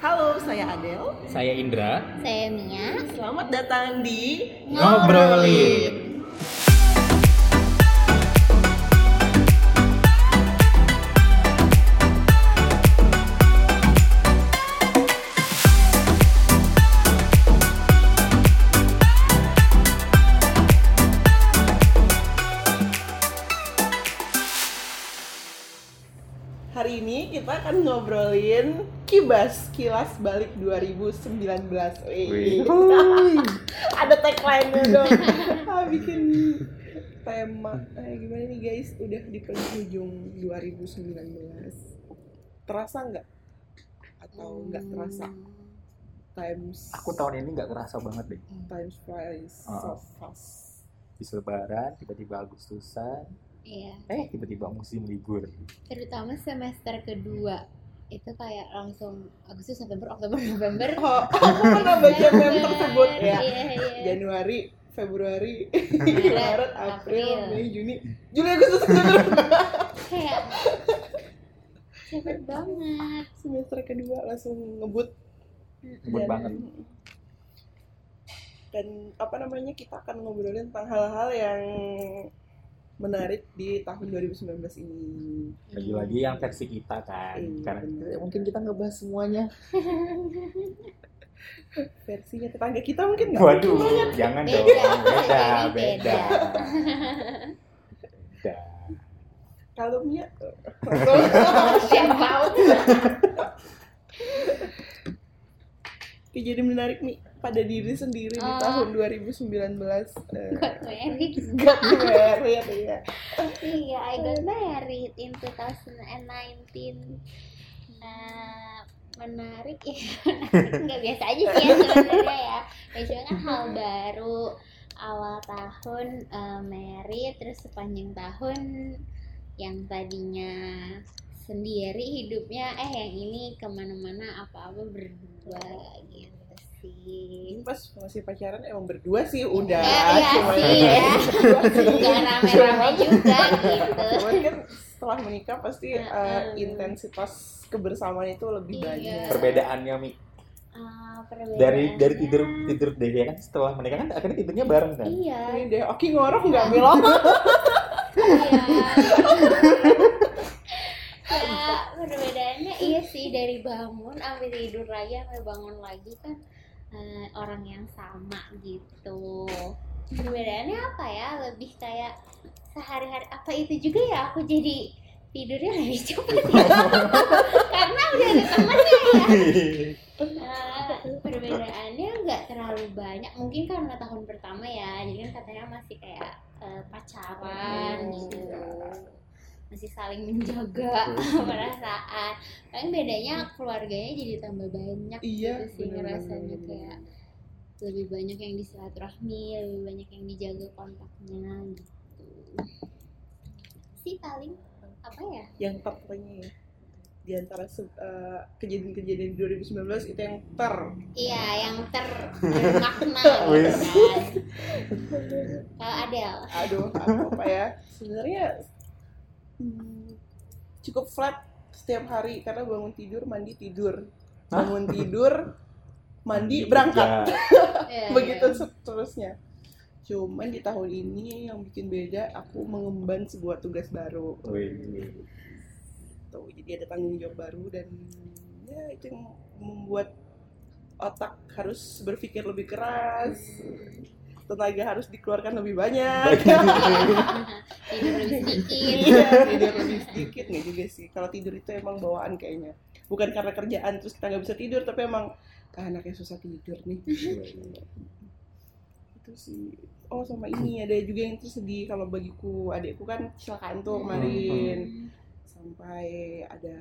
Halo, saya Adel. Saya Indra. Saya Mia. Selamat datang di Ngobrolin. Hari ini kita akan ngobrolin kilas balik 2019. Wih. Ada tagline-nya dong. Bikin tema. Gimana nih guys? Udah di penghujung 2019. Terasa nggak? Atau nggak terasa? Aku tahun ini nggak kerasa banget deh. Times flies so fast. Habis Lebaran, tiba-tiba Agustusan. Iya. Tiba-tiba musim libur. Terutama semester kedua itu kayak langsung Agustus, September, Oktober, November. Aku pernah baca meme tersebut ya. Iya. Januari, Februari, Maret, Maret, April, April. Mei, Juni, Agustus, September. Kayak cepet banget. Semester kedua langsung ngebut. Ngebut banget. Dan kita akan ngobrolin tentang hal-hal yang menarik di tahun 2019 ini. Lagi-lagi yang versi kita kan. Karena bener. mungkin kita ngebahas semuanya. Versinya tetangga kita mungkin nggak? Waduh, jangan dong. Beda. Beda. Kalau Mia, Siapa tahu. kejadian menarik nih pada diri sendiri di tahun 2019. Got married. Got married ya. Iya, I got married in 2019. Menarik ya. Nggak biasa aja sih ya sebenarnya ya. Biasanya kan hal baru awal tahun married, terus sepanjang tahun yang tadinya sendiri hidupnya yang ini kemana-mana apa-apa berdua gitu sih. Ini pas masih pacaran emang berdua sih udah. Iya Cuman sih ya. Gak rame-rame juga gitu. Cuman kan setelah menikah pasti intensitas kebersamaan itu lebih Iya. banyak. Perbedaannya Mi. Perbedaannya. Dari tidur deh ya kan, setelah menikah kan akhirnya tidurnya bareng kan. Iya. Ini deh, Oki ngorok nggak Milo? Iya. Ya, perbedaannya iya sih, dari bangun sampai tidur lagi sampai bangun lagi kan orang yang sama gitu. Perbedaannya apa ya? Lebih kayak sehari-hari apa itu juga ya, aku jadi tidurnya lebih cepat ya. Karena udah ada temennya ya. Perbedaannya nggak terlalu banyak, mungkin karena tahun pertama ya, jadi kan katanya masih kayak pacaran gitu, masih saling menjaga perasaan. Paling bedanya keluarganya jadi tambah banyak Iya, gitu sih, bener-bener. ngerasanya kayak lebih banyak yang disilaturahmi, lebih banyak yang dijaga kontaknya gitu sih paling. Apa ya? Yang tertanya ya, di antara kejadian-kejadian di 2019 itu yang Iya, yang bermakna gitu kan. Kalau Adel, apa ya, sebenarnya cukup flat setiap hari karena bangun tidur, mandi, tidur, bangun tidur, mandi, berangkat. Begitu seterusnya. Cuman di tahun ini yang bikin beda, aku mengemban sebuah tugas baru. Tuh, jadi ada tanggung jawab baru dan ya itu yang membuat otak harus berpikir lebih keras, tenaga harus dikeluarkan lebih banyak. tidur lebih sedikit. Iya, tidur lebih sedikit nggak juga sih. Kalau tidur itu emang bawaan kayaknya. Bukan karena kerjaan terus kita nggak bisa tidur, tapi emang anaknya susah tidur nih. Itu sih. Oh, sama ini ada juga yang tersedih kalau bagiku. Adekku kan kecelakaan tuh kemarin. Sampai ada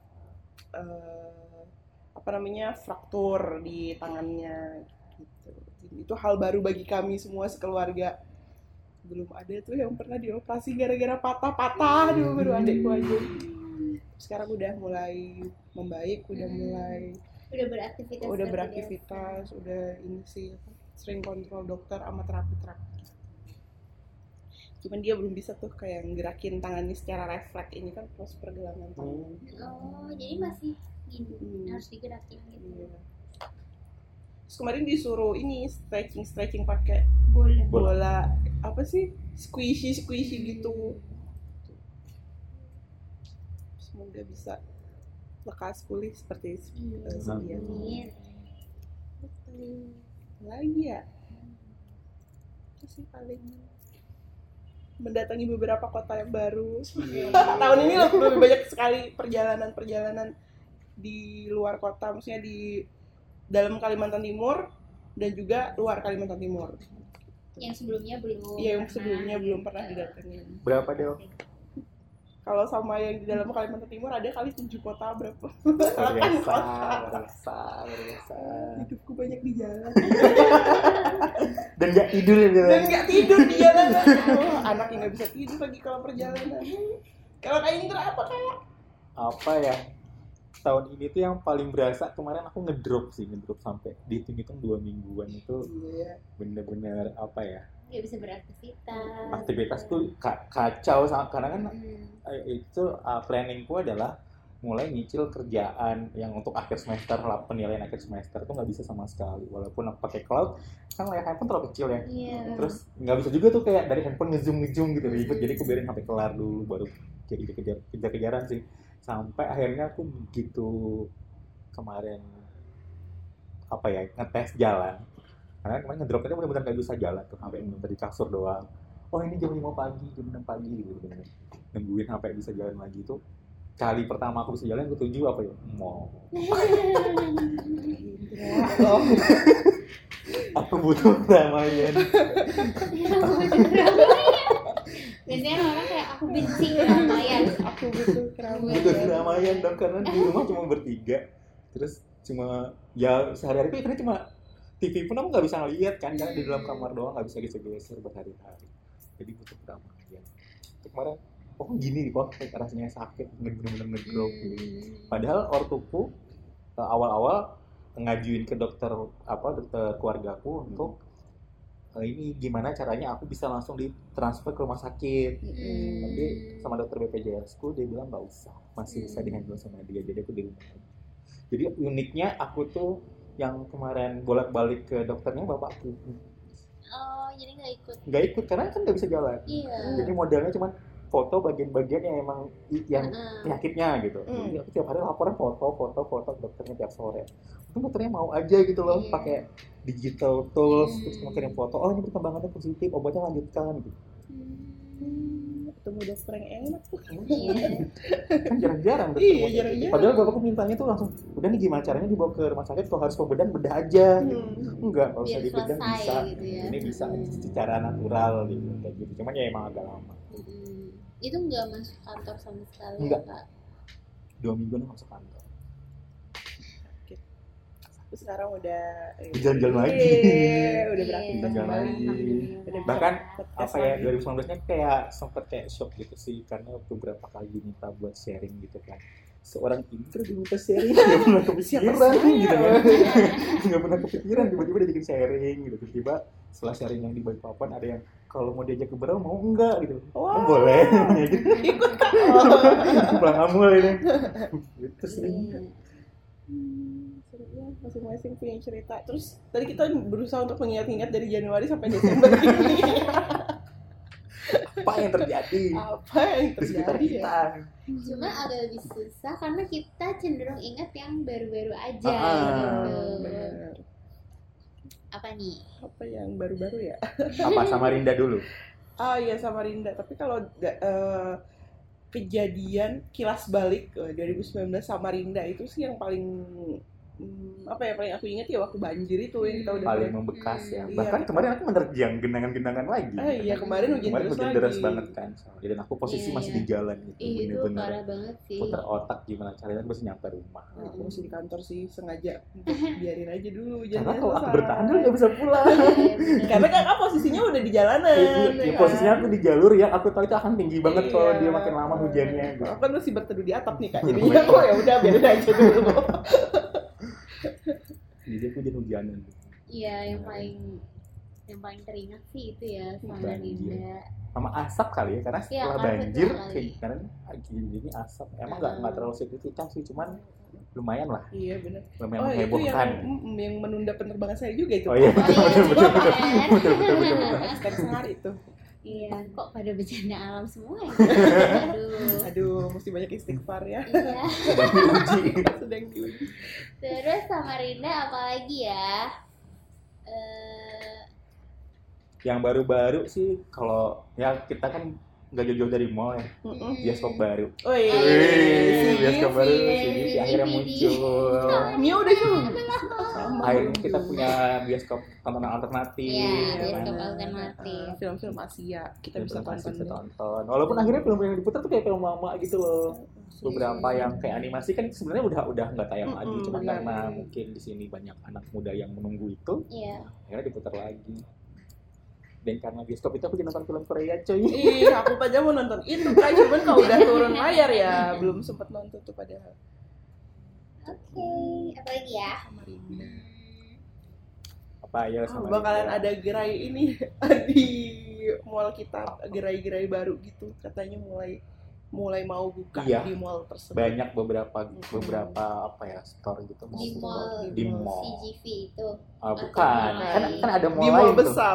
fraktur di tangannya gitu. Itu hal baru bagi kami semua sekeluarga. Belum ada tuh yang pernah dioperasi gara-gara patah-patah. Aduh, baru adekku aja. Sekarang udah mulai membaik, udah beraktivitas, udah ini sih sering kontrol dokter sama terapi. Cuman dia belum bisa tuh kayak gerakin tangannya secara refleks, ini kan proses pergelangan tangan. Oh, jadi masih harus digerakin gitu. Iya. Terus kemarin disuruh ini stretching pakai bola apa sih, squishy gitu. Semoga bisa lekas pulih seperti sedia. Lagi ya, itu sih paling mendatangi beberapa kota yang baru. Tahun ini lebih banyak sekali perjalanan di luar kota, maksudnya di dalam Kalimantan Timur dan juga luar Kalimantan Timur. Yang sebelumnya belum. Iya, yang sebelumnya belum pernah didatengin. Berapa Del? Kalau sama yang di dalam Kalimantan Timur ada kali 7 kota berapa? Biasa. Hidupku banyak di jalan. Dan nggak tidur di jalan. Anak yang nggak bisa tidur lagi kalau perjalanan. Kalau kayak Indra apa ya? Tahun ini tuh yang paling berasa kemarin aku ngedrop sampai dihitung 2 mingguan itu. Iya. Bener-bener apa ya? Nggak bisa beraktivitas. Aktivitas tuh kacau karena kan itu planningku adalah mulai nyicil kerjaan yang untuk akhir semester, penilaian akhir semester tuh nggak bisa sama sekali, walaupun aku pakai cloud kan layar handphone terlalu kecil ya. Terus nggak bisa juga tuh kayak dari handphone ngezoom gitu ribet, jadi aku biarin sampai kelar dulu baru jadi kejar-kejaran sih, sampai akhirnya aku begitu kemarin apa ya ngetes jalan, karena kemarin ngedropnya benar-benar nggak bisa jalan tuh, sampai dari kasur doang. Oh ini jam 5 pagi, jam 6 pagi gitu, bener-bener nungguin sampai bisa jalan lagi tuh. Kali pertama aku bisa jalan, aku tuju apa ya? Mall. Aku butuh keramaian. Biasanya orang kayak aku benci keramaian. Aku butuh keramaian dong, karena di rumah cuma bertiga. Terus cuma ya sehari-hari itu cuma TV pun aku nggak bisa ngeliat kan, karena di dalam kamar doang nggak bisa geser-geser berhari-hari. Jadi butuh keramaian. Kemarin gini kok rasanya sakit, bener-bener ngedrop gitu. Padahal ortuku awal-awal ngajuin ke dokter keluargaku untuk ini gimana caranya aku bisa langsung ditransfer ke rumah sakit. Tapi sama dokter BPJS ku dia bilang nggak usah, masih bisa dihandle sama dia, jadi aku di rumah. Jadi uniknya aku tuh yang kemarin bolak-balik ke dokternya bapakku. Oh, jadi nggak ikut karena kan nggak bisa jalan. Jadi modalnya cuma foto bagian-bagian yang emang yang penyakitnya gitu. Jadi aku tiap hari laporan foto dokternya tiap sore. Mungkin dokternya mau aja gitu loh, pakai digital tools, terus kirim foto. Oh ini perkembangannya positif, obatnya lanjutkan gitu. Ketemu dokter yang enak tuh. Kan jarang-jarang. Iya, jarang-jarang. Padahal bapakku mintanya tuh langsung, udah nih gimana caranya dibawa ke rumah sakit, kalau harus pembedahan bedah aja. Enggak, kalau usah dibedah bisa. Gitu ya. Ini bisa secara natural gitu, kayak gitu. Cuman ya emang agak lama. Itu nggak masuk kantor sama sekali? Enggak. Kak? 2 mingguan masuk kantor. Terus sekarang udah jalan-jalan lagi. Udah beraktivitas kembali. Bahkan apa ya 2019-nya kayak sempet kayak shock gitu sih, karena beberapa kali diminta buat sharing gitu kan. Seorang Indra diminta sharing, nggak pernah kepikiran gitu kan. Nggak pernah kepikiran, tiba-tiba dia bikin sharing gitu. Tiba-tiba setelah sharing yang di Balikpapan ada yang kalau mau diajak ke Berau mau enggak gitu. Oh, boleh. Ikut Kak. Pulang amul ini. Gitu sih. Masing-masing punya cerita. Terus tadi kita berusaha untuk mengingat-ingat dari Januari sampai Desember ini. Apa yang terjadi di sekitar kita? Cuma agak lebih susah karena kita cenderung ingat yang baru-baru aja gitu. Benar. Apa nih? Apa yang baru-baru ya? Apa Samarinda dulu? Iya Samarinda. Tapi kalau kejadian kilas balik 2019 Samarinda itu sih yang paling paling aku ingat ya waktu banjir itu yang kita udah paling membekas ya. Bahkan kemarin aku menerjang genangan-genangan lagi. Iya kemarin hujan deras banget kan. Dan aku posisi masih di jalan gitu. Itu parah banget sih. Putar otak gimana caranya aku bisa nyampe rumah. Aku masih di kantor sih, sengaja biarin aja dulu. Karena kalau aku bertahan dulu nggak bisa pulang. Karena kan posisinya udah di jalanan. Posisinya aku di jalur yang aku tahu itu akan tinggi banget kalau dia makin lama hujannya. Aku kan masih berteduh di atap nih Kak. Jadinya aku ya udah biarin aja dulu. Jadi aku hujanan. Iya, yang paling teringat sih itu ya Samarinda. sama asap kali ya, karena Iya, setelah karpet banjir kali. kayak karena gini asap. Emang nggak terlalu signifikan sih, cuman lumayan lah, Iya benar. lumayan Oh itu menghebohkan. yang menunda penerbangan saya juga itu. Oh iya, Oh iya, betul. Sekitar sehari tuh. Iya, kok pada bencana alam semua ya? Aduh. Aduh, mesti banyak istighfar ya. Iya. Sedang diuji. Sedang diuji. Terus Samarinda apalagi ya? Yang baru-baru sih kalau ya kita kan nggak jauh-jauh dari mall ya, bioskop baru. Oh iya. Wih, bioskop baru CGV. CGV akhirnya muncul. Mio udah coba. Akhirnya kita punya bioskop tontonan alternatif. Iya, ya kan? bioskop alternatif. Film-film Asia kita bisa Masih bisa tonton. tonton. Walaupun akhirnya film yang diputar tuh kayak film lama gitu loh. Beberapa yang kayak animasi kan sebenarnya udah nggak tayang lagi, cuma benar. karena mungkin di sini banyak anak muda yang menunggu itu, Iya. akhirnya diputar lagi. Dan karena bioskop itu aku jadi nonton film Korea coy. Ih, aku aja mau nonton itu kan, cuman kalau udah turun layar ya belum sempet nonton tuh padahal. Oke, apalagi ya? Samarinda. Apa ya sama Bakalan dia. ada gerai ini di mall kita, gerai-gerai baru gitu katanya mulai mau buka Iya. di mall tersebut. Banyak beberapa apa ya store gitu mau Di buka. mall. Di mall. CGV itu. Ah, bukan. Kan ada mall Di mall lain tuh. besar.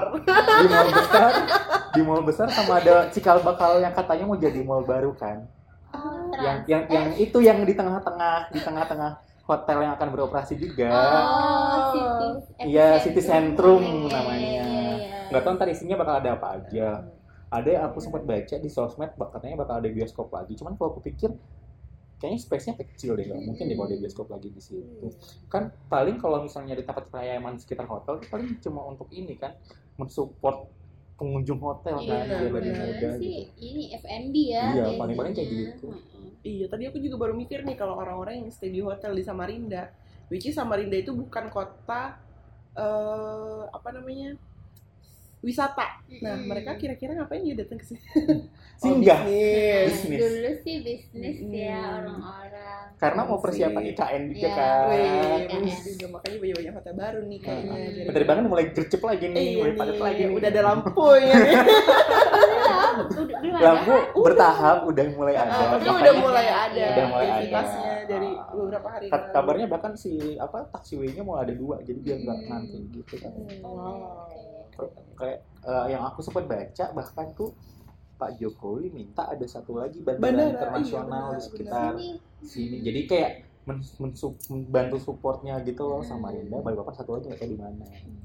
Di mall besar sama ada Cikal Bakal yang katanya mau jadi mall baru kan. Oh, Yang itu yang di tengah-tengah hotel yang akan beroperasi juga. Oh, Iya, City Centrum Iya, namanya. iya. Nggak tahu ntar isinya bakal ada apa aja. Ada yang aku sempat baca di sosmed katanya bakal ada bioskop lagi. Cuman kalau aku pikir kayaknya space-nya kecil deh, nggak mungkin deh kalau ada bioskop lagi di situ. Kan paling kalau misalnya di tempat pelayanan sekitar hotel paling cuma untuk ini kan mensupport pengunjung hotel kan, biar lebih bener mudah sih. gitu. Ini F&B ya. Iya, biasanya. paling-paling kayak gitu. Iya, tadi aku juga baru mikir nih kalau orang-orang yang stay di hotel di Samarinda, which is Samarinda itu bukan kota apa namanya? Wisata. Nah, mereka kira-kira ngapain ya datang ke sini? Singgah. Bisnis. Dulu sih bisnis ya orang-orang. Karena mau persiapan IKN juga Iya. kan. Wih, Kan. bagus juga, makanya banyak hotel baru nih kayaknya. Bentar banget mulai gercep lagi nih, Iya mulai nih, padat lagi nih. udah ada lampunya nih. Belum Lampu ada. bertahap udah mulai ada. Tapi Makanya udah mulai ada udah mulai ada. aktivitasnya dari beberapa hari lalu. Kabarnya bahkan si taxiway-nya mau ada 2, jadi biar nggak ngantri gitu kan. Wow. Kayak yang aku sempat baca bahkan tuh Pak Jokowi minta ada satu lagi bandara Bandara, internasional iya, di sekitar sini. Jadi kayak membantu supportnya gitu loh Samarinda. Balikpapan satu lagi nggak tahu di mana.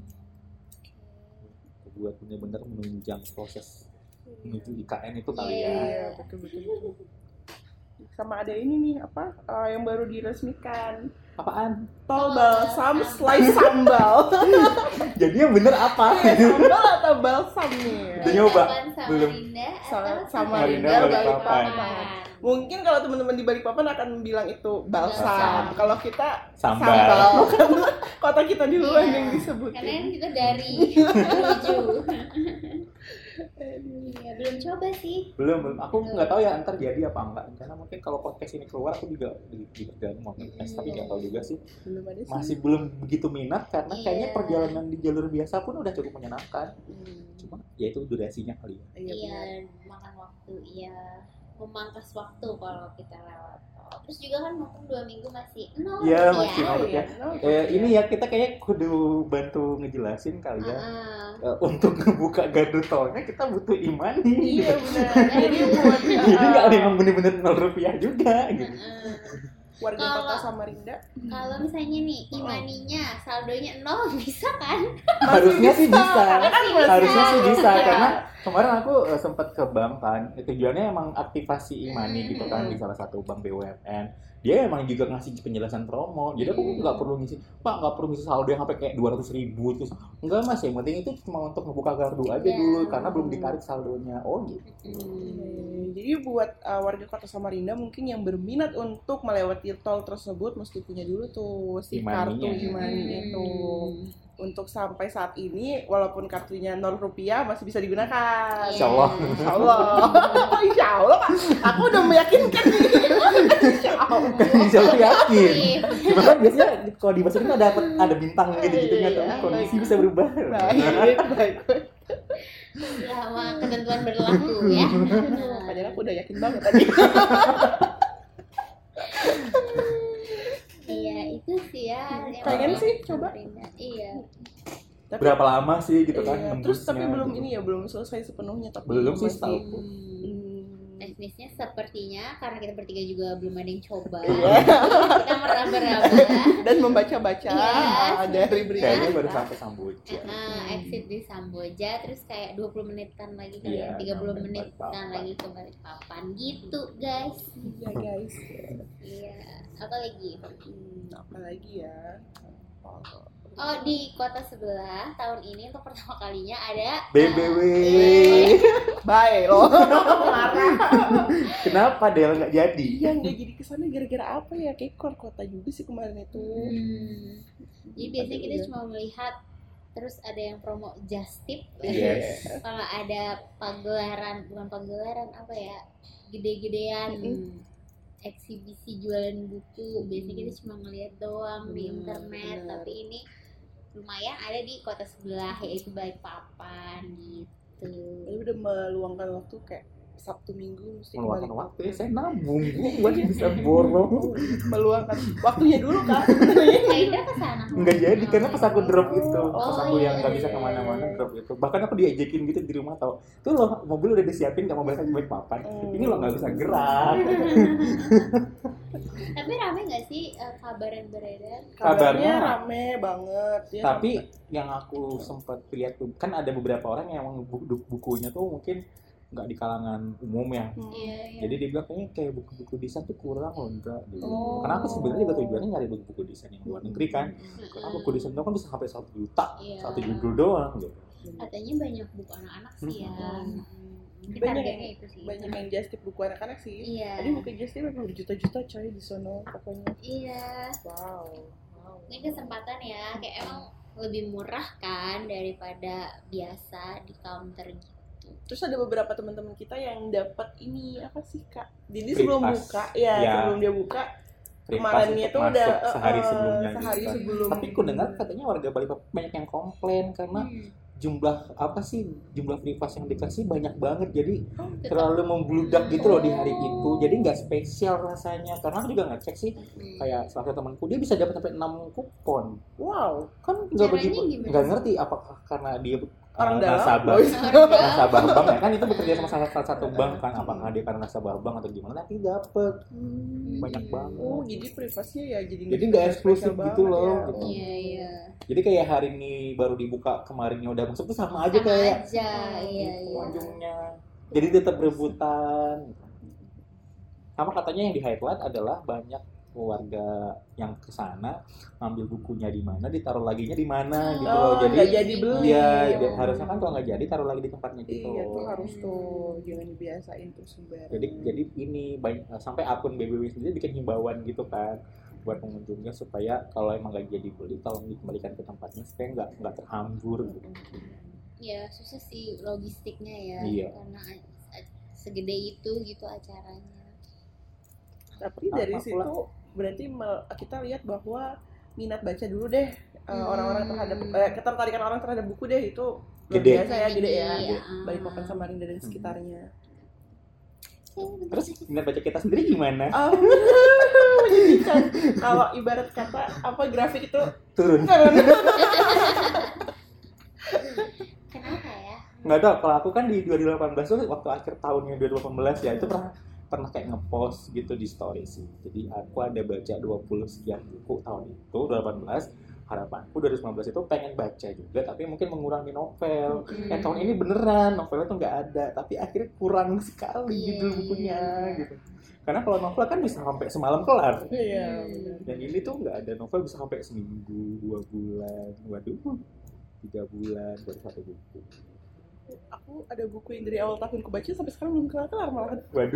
Buat bener-bener menunjang proses menuju IKN itu kali ya. Iya, betul. Sama ada ini nih apa yang baru diresmikan, Apaan? tol balsam slice sambal. Jadi yang bener apa? Sambal atau balsam nih? Udah nyoba? Belum. Samarinda atau Samarinda, Balikpapan. Mungkin kalau teman-teman di Balikpapan akan bilang itu balsam. Balsam. Kalau kita Sambal. Karena kota kita di luar Iya. yang Karena disebutin. kan kita dari menuju. Iya, belum coba sih. Belum. Aku nggak tahu ya ntar jadi apa enggak. Karena mungkin kalau podcast ini keluar aku juga bergabung mau podcast, tapi nggak tahu juga sih. Belum ada sih. Masih belum begitu minat karena kayaknya Iya. perjalanan di jalur biasa pun udah cukup menyenangkan. Hmm. Cuma ya itu durasinya kali ya. Iya, Iya, benar. makan waktu. Iya, memangkas waktu kalau kita lewat tol. Terus juga kan mumpung 2 minggu masih nol. Iya, ya. masih nol. Oh, iya. Ini ya kita kayaknya kudu bantu ngejelasin kali ya. Heeh. Untuk ngebuka gardu tolnya kita butuh imani. Iya benar. Jadi buat Jadi nggak memang bener-bener 0 rupiah juga gitu. Heeh. warga Kalau- kota Samarinda Kalau misalnya nih imaninya saldonya 0 bisa kan? Harusnya sih bisa. Kan Harusnya sih bisa Iya. karena kemarin aku sempat ke bank kan. Tujuannya emang aktivasi imani gitu kan di salah satu bank BUMN. Dia emang juga ngasih penjelasan promo. Jadi aku nggak perlu ngisi, Pak nggak perlu ngisi saldo yang sampai kayak 200.000 terus. Enggak mas, yang penting itu cuma untuk ngebuka gardu aja Iya. dulu karena belum ditarik saldonya. Oh gitu. Jadi buat warga kota Samarinda mungkin yang berminat untuk melewati tol tersebut mesti punya dulu tuh si kartu Imaninya. imani itu. Untuk sampai saat ini walaupun kartunya 0 rupiah masih bisa digunakan. Iya. Insya Allah. Insya Allah. Insya Allah Kak. Aku udah meyakinkan nih. Insya Allah. Insya Allah yakin. Iya. Cuma kan biasanya kalau di bahasa Indonesia ada bintang gitu-gitu Iya, kan, iya. kondisi bisa berubah. Baik. selama ketentuan berlaku ya. Padahal aku udah yakin banget tadi. Iya itu sih ya. Pengen sih coba. Iya. Tapi, berapa lama sih gitu kan iya, terus tapi nembusnya, belum gitu. ini ya belum selesai sepenuhnya tapi Belum sih, masih- setahu. Teknisnya sepertinya karena kita bertiga juga belum ada yang coba. Iya. Kita meraba-raba. Dan membaca-baca Iya, dari berita. Kayaknya baru sampai Samboja. Exit di Samboja terus kayak 20 menitan lagi kali Iya, ya, 30 sampai menitan Balikpapan. lagi ke Balikpapan gitu guys. Iya guys. Iya, apa lagi? Apa lagi ya? Oh, di kota sebelah tahun ini untuk pertama kalinya ada BBW. Bye loh. Marah. Kenapa Del nggak jadi? Iya nggak jadi kesana gara-gara apa ya? Kayak keluar kota juga sih kemarin itu. Jadi biasanya kita cuma melihat terus ada yang promo Just Tip. Yes. Kalau ada pagelaran, bukan pagelaran apa ya? Gede-gedean eksibisi jualan buku. Biasanya kita cuma ngeliat doang di internet, bener. tapi ini lumayan ada di kota sebelah yaitu Balikpapan gitu. Ini udah meluangkan waktu kayak Sabtu Minggu mesti Meluangkan kembali. waktu ya, saya nabung buat bisa borong. Meluangkan waktunya dulu Kak. Kayaknya kesana. Nggak jadi karena pas aku drop itu, Oh, pas aku iya, yang nggak bisa iya, kemana-mana iya. drop itu. Bahkan aku diajakin gitu di rumah tau. Tuh loh mobil udah disiapin kamu balik ke papan. Ini lo nggak bisa gerak. Tapi rame nggak sih kabar yang beredar? Kabarnya Kabarnya- rame banget ya. Tapi yang aku sempat lihat tuh kan ada beberapa orang yang emang bukunya tuh mungkin nggak di kalangan umum ya. Iya, iya. Jadi dia bilang kayaknya kayak buku-buku desain tuh kurang loh enggak gitu. Oh. Karena aku sebenarnya juga tujuannya nyari buku-buku desain yang luar negeri kan. Karena buku desain itu kan bisa sampai 1 juta, Iya. 1 judul doang gitu. Katanya banyak buku anak-anak sih ya. Mungkin Banyak targetnya itu sih. banyak yang just tip buku anak-anak sih. Iya. Tadi buku just tip memang berjuta-juta coy di sono pokoknya. Iya. Wow. Ini kesempatan ya, kayak emang lebih murah kan daripada biasa di counter gitu. Terus ada beberapa teman-teman kita yang dapat ini apa sih Kak? Jadi Free sebelum pass. buka ya, Ya. sebelum dia buka Free pass kemarinnya untuk tuh masuk udah sehari sebelumnya sehari gitu kan. sebelum. Tapi aku dengar katanya warga Balikpapan banyak yang komplain karena jumlah jumlah free pass yang dikasih banyak banget, jadi terlalu membludak gitu loh di hari itu, jadi nggak spesial rasanya. Karena aku juga ngecek sih, kayak salah satu temanku dia bisa dapat sampai 6 kupon. Wow. Kan nggak Caranya begitu, gimana nggak sih? ngerti apakah karena dia Orang dalam, nasabah boys. nasabah bank ya kan, itu bekerja sama salah satu bank kan, apakah dia karena nasabah bank atau gimana, tapi dapet banyak banget. Oh, jadi privasinya ya jadi Nggak eksklusif spesial gitu banget loh, ya. gitu. Iya, iya. Jadi kayak hari ini baru dibuka, kemarinnya udah masuk tuh sama aja Sama kayak aja, iya, iya. pengunjungnya. Jadi tetap rebutan. Sama katanya yang di highlight adalah banyak warga yang kesana ngambil bukunya di mana, ditaruh laginya di mana gitu loh. Oh, Jadi nggak jadi beli. ya Oh. harusnya kan kalau nggak jadi taruh lagi di tempatnya gitu. Iya tuh harus tuh jangan dibiasain tuh sembarang. Jadi ini banyak, sampai akun BBW sendiri bikin himbauan gitu kan buat pengunjungnya supaya kalau emang nggak jadi beli tolong dikembalikan ke tempatnya supaya nggak terhambur gitu. Ya susah sih logistiknya ya, Iya. karena segede itu gitu acaranya. Tapi dari Apa situ pula? berarti kita lihat bahwa minat baca dulu deh orang-orang terhadap ketertarikan orang terhadap buku deh itu luar Gede. biasa ya, gede ya. Iya. Balikpapan, Samarinda dan sekitarnya. Terus minat baca kita sendiri gimana? Menyedihkan. Kalau ibarat kata apa grafik itu Turun. Kenapa ya? Nggak tahu, kalau aku kan di 2018 tuh waktu akhir tahunnya 2018 ya itu pernah kayak ngepost gitu di story sih. Jadi aku ada baca 20 sekian buku tahun itu 2018. Harapanku 2019 itu pengen baca juga tapi mungkin mengurangi novel. Tahun ini beneran novelnya tuh nggak ada, tapi akhirnya kurang sekali judul bukunya gitu. Karena kalau novel kan bisa sampai semalam kelar. Iya, benar. Dan ini tuh nggak ada novel bisa sampai seminggu, 2 bulan, waduh, 3 bulan baru 1 buku. Aku ada buku yang dari awal tahun aku baca sampai sekarang belum kelar malahan. Waduh.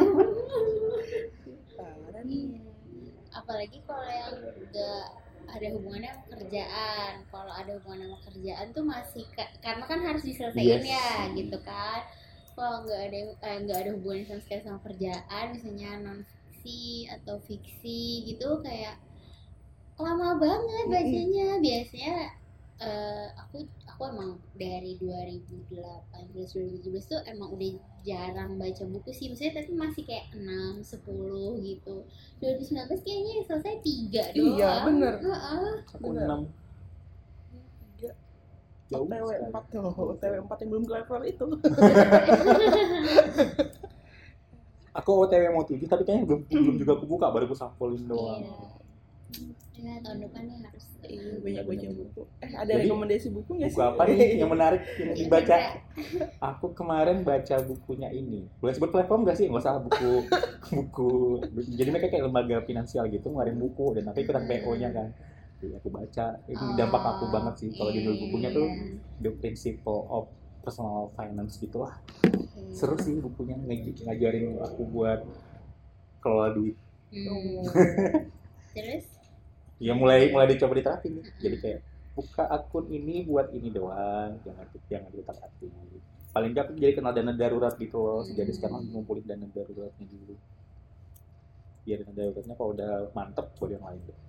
Parah nih. Apalagi kalau yang enggak ada hubungannya sama kerjaan. Kalau ada hubungan sama kerjaan tuh masih karena kan harus diselesaikan Yes. ya gitu kan. Kalau nggak ada hubungannya sama sekali sama kerjaan, misalnya non fiksi atau fiksi gitu kayak lama banget bacanya. Biasanya aku aku emang dari 2018-2017 tuh emang udah jarang baca buku sih, maksudnya tapi masih kayak 6-10 gitu. 2019 kayaknya yang selesai 3 doang. Iya bener. Aku 6. Jauh OTW 4 tuh, OTW 4 yang belum kelar itu. Aku OTW mau 7 tapi kayaknya belum juga aku buka, baru aku sampulin doang. Ya, tahun depannya harus banyak baca buku. Ada rekomendasi buku nggak sih? Buku apa nih yang menarik yang dibaca? Aku kemarin baca bukunya ini. Boleh sebut platform nggak sih? Nggak usah buku. Jadi mereka kayak lembaga finansial gitu ngeluarin buku dan aku ikutan PO-nya kan. Jadi aku baca. Ini dampak aku banget sih. Kalau judul bukunya tuh The Principle of Personal Finance gitulah. Seru sih bukunya, ngajarin aku buat kelola duit. Terus? Ya mulai dicoba diterapin. Jadi kayak buka akun ini buat ini doang, jangan diutak-atik. Paling nggak aku jadi kenal dana darurat gitu loh. Jadi sekarang ngumpulin dana daruratnya dulu. Biar dana daruratnya kalau udah mantep buat yang lain deh.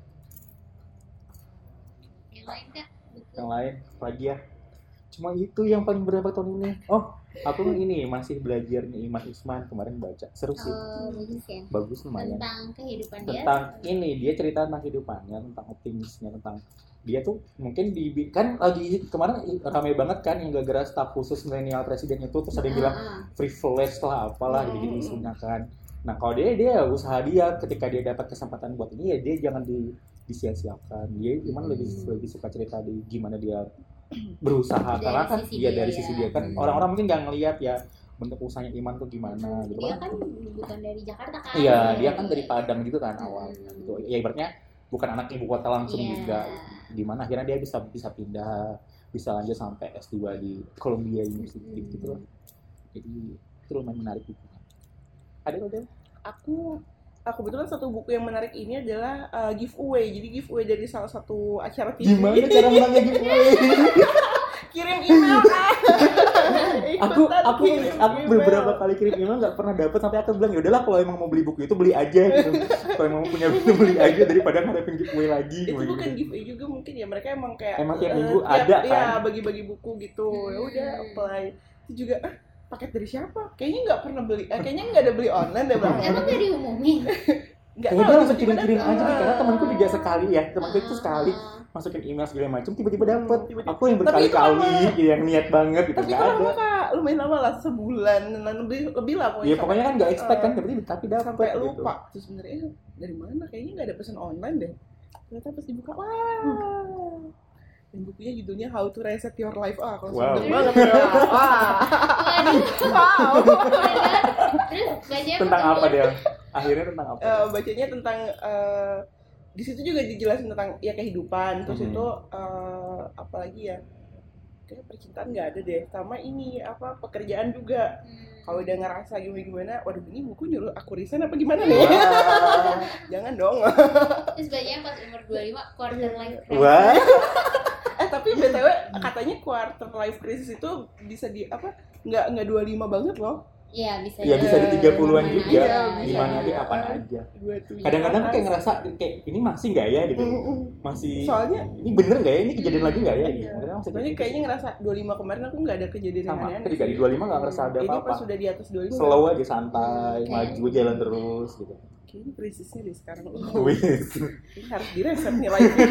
Yang lain Kak? Yang lain lagi ya. Cuma itu yang paling berapa tahun ini. Oh, aku ini masih belajarnya Iman Isman kemarin baca. Seru sih. Bagus ya. Bagus lumayan. Tentang kehidupan dia. Tentang ini dia cerita tentang kehidupannya, tentang optimisnya, tentang dia tuh mungkin kan lagi kemarin ramai banget kan yang gara-gara staf khusus milenial presiden itu terus ada yang bilang privilege lah apalah gitu isunya kan. Nah kalau dia usaha dia ketika dia dapat kesempatan buat ini ya dia jangan disia-siakan. Dia Iman lebih suka cerita di gimana dia berusaha karena kan dia dari sisi dia kan orang-orang mungkin nggak ngelihat ya bentuk usahanya Iman tuh gimana gitu dia kan bukan dari Jakarta kan iya dia kan dari Padang gitu kan awal gitu ya ibaratnya bukan anak ibu kota langsung juga di mana akhirnya dia bisa pindah bisa lanjut sampai S2 di Columbia University gitu loh jadi itu lumayan menarik bukunya ada aku kebetulan satu buku yang menarik ini adalah giveaway. Jadi giveaway dari salah satu acara TV. Gimana cara menangnya giveaway? Kirim email kan. aku beberapa kali kirim email nggak pernah dapet sampai aku bilang ya udahlah kalau emang mau beli buku itu beli aja gitu. Kalau emang mau punya buku beli aja daripada ngarepin giveaway lagi. Itu bukan giveaway juga mungkin ya mereka emang kayak tiap minggu ada kan? Ya bagi-bagi buku gitu. Ya udah apply. Itu juga paket dari siapa? Kayaknya nggak pernah beli. Kayaknya nggak ada beli online deh bang. Emang nggak diumumin? Nggak tahu. Dia langsung kirim aja karena temanku juga sekali ya. Temanku itu sekali masukin email segala macam tiba-tiba dapet. Aku yang berkali-kali yang niat banget gitu nggak ada. Tapi lama Kak, lumayan lama lah sebulan lebih lah pokoknya. Iya pokoknya kan nggak expect kan tapi dapet. Sampai lupa. Terus sebenarnya dari mana? Kayaknya nggak ada pesan online deh. Ternyata pas dibuka wah. Dan bukunya judulnya How to Reset Your Life. Kalau sedih banget ya. Wow. Terus tentang apa dia? Akhirnya tentang apa? Bacanya tentang di situ juga dijelasin tentang ya kehidupan. Terus itu apalagi ya? Kayak percintaan nggak ada deh. Sama ini pekerjaan juga. Kalau udah ngerasa gimana, waduh ini buku nyuruh aku resign apa gimana nih? Jangan dong. Terus bacanya pas umur 25 quarter life crisis. Wah. Tapi BTW katanya quarter life crisis itu bisa nggak 25 banget loh. Iya bisa. Iya bisa di 30-an juga. Di mana aja kapan aja. Kadang-kadang kayak ngerasa kayak ini masih nggak ya gitu. Masih. Soalnya ini bener nggak ya ini kejadian lagi nggak ya? Soalnya kayaknya ngerasa 25 kemarin aku nggak ada kejadian yang aneh-aneh. Sama. Ketika di 25 nggak ngerasa ada apa-apa. Ini pas sudah di atas 25. Slow aja santai, maju jalan terus gitu. Kayaknya krisisnya deh sekarang. Ini harus direset nih live-nya.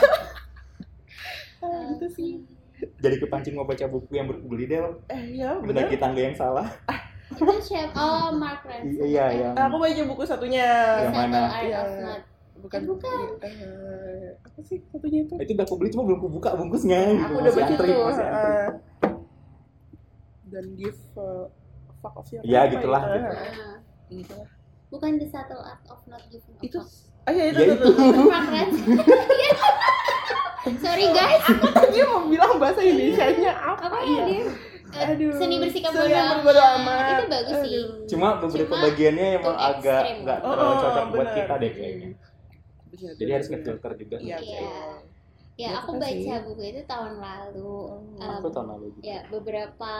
Gitu sih. Jadi kepancing mau baca buku yang berbeli deh. Iya benar. Mendaki tangga yang salah. Itu siapa? Oh, Mark Ransom. Iya, yang aku baca buku satunya. Yang mana? Bukan. Apa sih satunya itu? Itu udah aku beli cuma belum aku buka bungkusnya gitu. Aku udah baca itu. Dan give fuck off ya. Iya, gitulah. Gitu. Bukan The Subtle Art of Not Giving a Itu. Fuck. Itu. Mark Ransom. Sorry guys. Aku tadi mau bilang bahasa Indonesianya apa ya? Dia? Seni bersikap bodo amat. Itu bagus sih. Cuma beberapa bagiannya emang agak nggak terlalu cocok buat kita deh kayaknya. Jadi harus ngefilter juga. Iya. Ya aku baca buku itu tahun lalu. Aku tahun lalu juga. Ya beberapa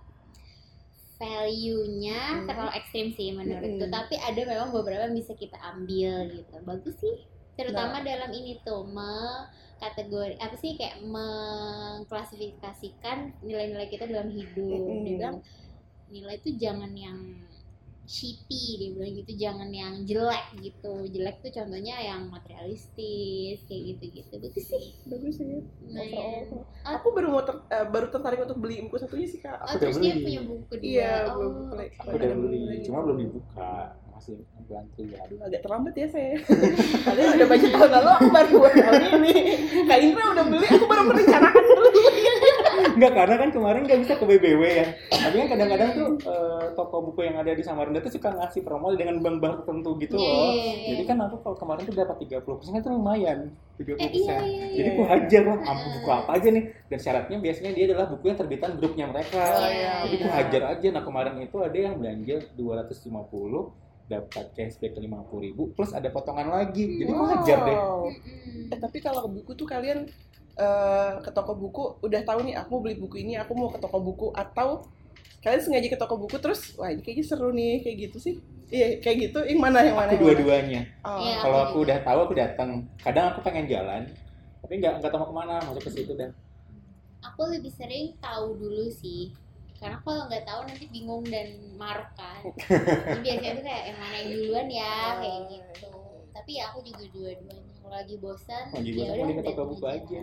value-nya terlalu ekstrim sih menurutku. Tapi ada memang beberapa yang bisa kita ambil gitu. Bagus sih. Terutama dalam ini tuh kategori apa sih kayak mengklasifikasikan nilai-nilai kita dalam hidup. Dia bilang nilai itu jangan yang shitty, dia bilang gitu, jangan yang jelek gitu. Jelek tuh contohnya yang materialistis kayak gitu-gitu. Bagus sih. Nah, Aku baru tertarik untuk beli buku satunya sih Kak. terus dia punya buku dia. Iya, belum beli. Aku udah beli, cuma belum dibuka, masih antri ya. Aduh, agak terlambat ya saya. Padahal udah baca tahun lalu, aku baru buat tahun ini. Kak Indra udah beli, aku baru merencanakan dulu. Enggak, karena kan kemarin nggak bisa ke BBW ya. Tapi kan kadang-kadang tuh toko buku yang ada di Samarinda tuh suka ngasih promo dengan bank-bank tertentu gitu loh. Jadi kan aku kalau kemarin tuh dapat 30%, itu lumayan. 30%. Jadi aku hajar lah, buku apa aja nih. Dan syaratnya biasanya dia adalah buku yang terbitan grupnya mereka. Jadi aku hajar aja. Nah kemarin itu ada yang belanja 250, dapat cashback 50.000 plus ada potongan lagi. Jadi aku hajar deh. Tapi kalau buku tuh kalian ke toko buku udah tahu nih aku mau beli buku ini, aku mau ke toko buku, atau kalian sengaja ke toko buku terus wah ini kayaknya seru nih kayak gitu sih? Iya kayak gitu. Yang mana? Aku dua-duanya. Iya, Kalau aku udah tahu aku datang. Kadang aku pengen jalan tapi nggak tahu mau kemana, masuk ke situ dah. Aku lebih sering tahu dulu sih, karena kalau nggak tahu nanti bingung dan maruk kan. Jadi biasanya tuh kayak yang mana yang duluan ya kayak gitu. Tapi ya aku juga dua-duanya. Kalau lagi bosan, ya udah ke toko buku aja.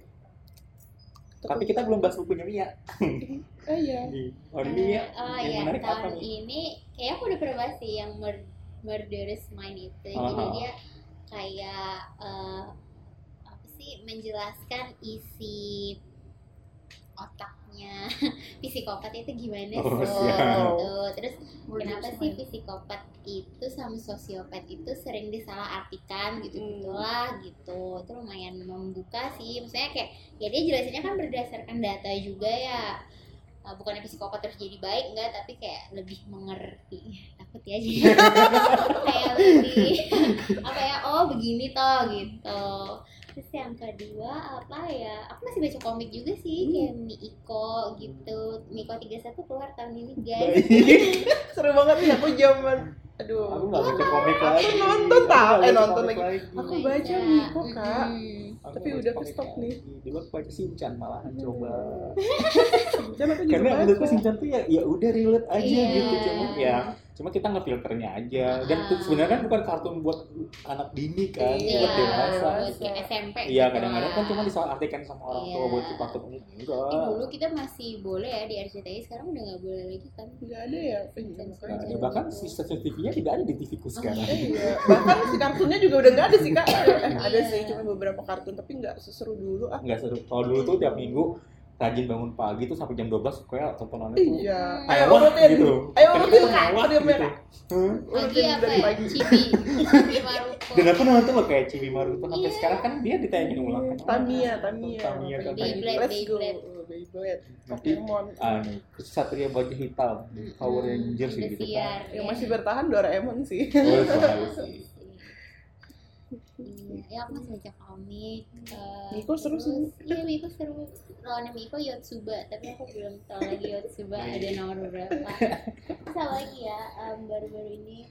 Tapi kita belum bahas bukunya Mia. Iya. Mia. Yang menarik tahun apa nih? Ini kayak aku udah pernah bahas sih yang Murderous Mind itu. Jadi dia kayak apa sih, menjelaskan isi otaknya psikopat itu gimana sih gitu. Terus kenapa sih psikopat itu sama sosiopat itu sering disalahartikan gitu-gitulah gitu. Itu lumayan membuka sih. Maksudnya kayak ya dia jelasinnya kan berdasarkan data juga ya. Bukannya psikopat terus jadi baik enggak, tapi kayak lebih mengerti. Takut ya jadi kayak lebih apa ya, oh begini toh gitu. Terus yang kedua apa ya, aku masih baca komik juga sih, kayak Miiko gitu. Miiko 31 keluar tahun ini guys. Seru banget nih, aku zaman aduh, aku nggak baca komik lagi. Aku nonton lagi. Aku baca Miiko Kak. Tapi udah ke stop nih. Dulu aku baca Shinchan malahan coba. Shinchan aku juga karena baca. menurutku Shinchan tuh ya udah relate aja gitu, cuma kita ngefilternya aja. Dan sebenarnya kan bukan kartun buat anak dini kan, buat dewasa. Kayak SMP. Iya, kadang-kadang kan cuma disalahartikan sama orang tua buat kartun ini. Enggak. Dulu kita masih boleh ya di RCTI, sekarang udah nggak boleh lagi kan. Nggak ada ya. Bahkan si stasiun TV-nya tidak ada di TV-ku sekarang. Bahkan si kartunnya juga udah nggak ada sih Kak. Ada sih cuma beberapa kartun, tapi nggak seseru dulu. Nggak seru. Kalau dulu tuh tiap minggu rajin bangun pagi tuh sampai jam 12 kayak tontonannya tuh. Iya. Ayo urutin gitu. Ayo urutin Kak. Video merah. Lagi apa ya? Cibi Maruko. Dan aku nonton loh kayak Cibi Maruko sampai sekarang kan dia ditayangin ulang kan. Tamiya kan. Beyblade. Pokemon. Nih, Satria Bajaj Hitam, Power Rangers gitu kan. Yang masih bertahan Doraemon sih. Ya aku masih baca komik. Miko seru sih. Iya Miko seru. Lawannya Miko Yotsuba, tapi aku belum tahu lagi Yotsuba ada nomor berapa. Terus apa lagi ya, baru-baru ini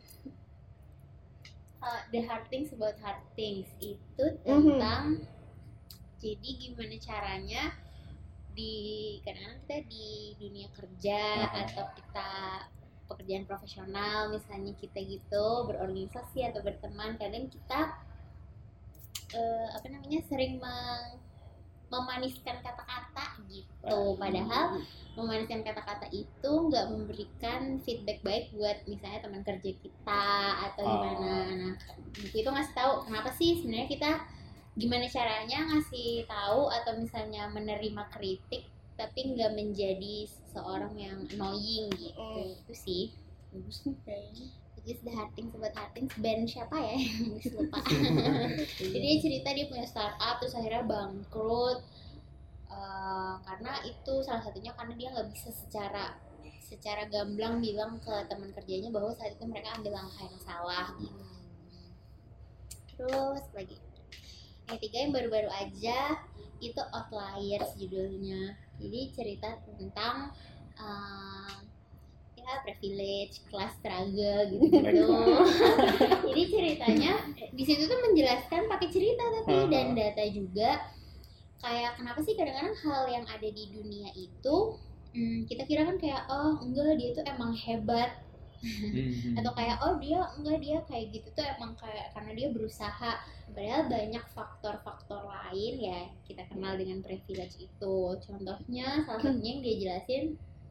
The Hard Things About Hard Things itu tentang jadi gimana caranya kadang-kadang kita di dunia kerja atau kita pekerjaan profesional misalnya kita gitu berorganisasi atau berteman, kadang kita sering memaniskan kata-kata gitu, padahal memaniskan kata-kata itu nggak memberikan feedback baik buat misalnya teman kerja kita atau gimana. Nah buku itu ngasih tahu kenapa sih sebenarnya kita gimana caranya ngasih tahu atau misalnya menerima kritik tapi nggak menjadi seorang yang annoying gitu. Itu sih bagus nih kayaknya. Just The Hard Things About Hard Things, band siapa ya yang lupa. Jadi dia cerita dia punya startup terus akhirnya bangkrut karena itu salah satunya karena dia nggak bisa secara gamblang bilang ke teman kerjanya bahwa saat itu mereka ambil langkah yang salah gitu. Terus lagi yang ketiga yang baru-baru aja itu Outliers judulnya. Jadi cerita tentang ya privilege, kelas struggle gitu. Jadi ceritanya di situ tuh menjelaskan pakai cerita tapi dan data juga. Kayak kenapa sih kadang-kadang hal yang ada di dunia itu kita kira kan kayak oh enggak dia tuh emang hebat atau kayak oh dia kayak gitu tuh emang kayak karena dia berusaha, padahal banyak faktor-faktor lain ya kita kenal dengan privilege itu. Contohnya salah satunya yang dia jelasin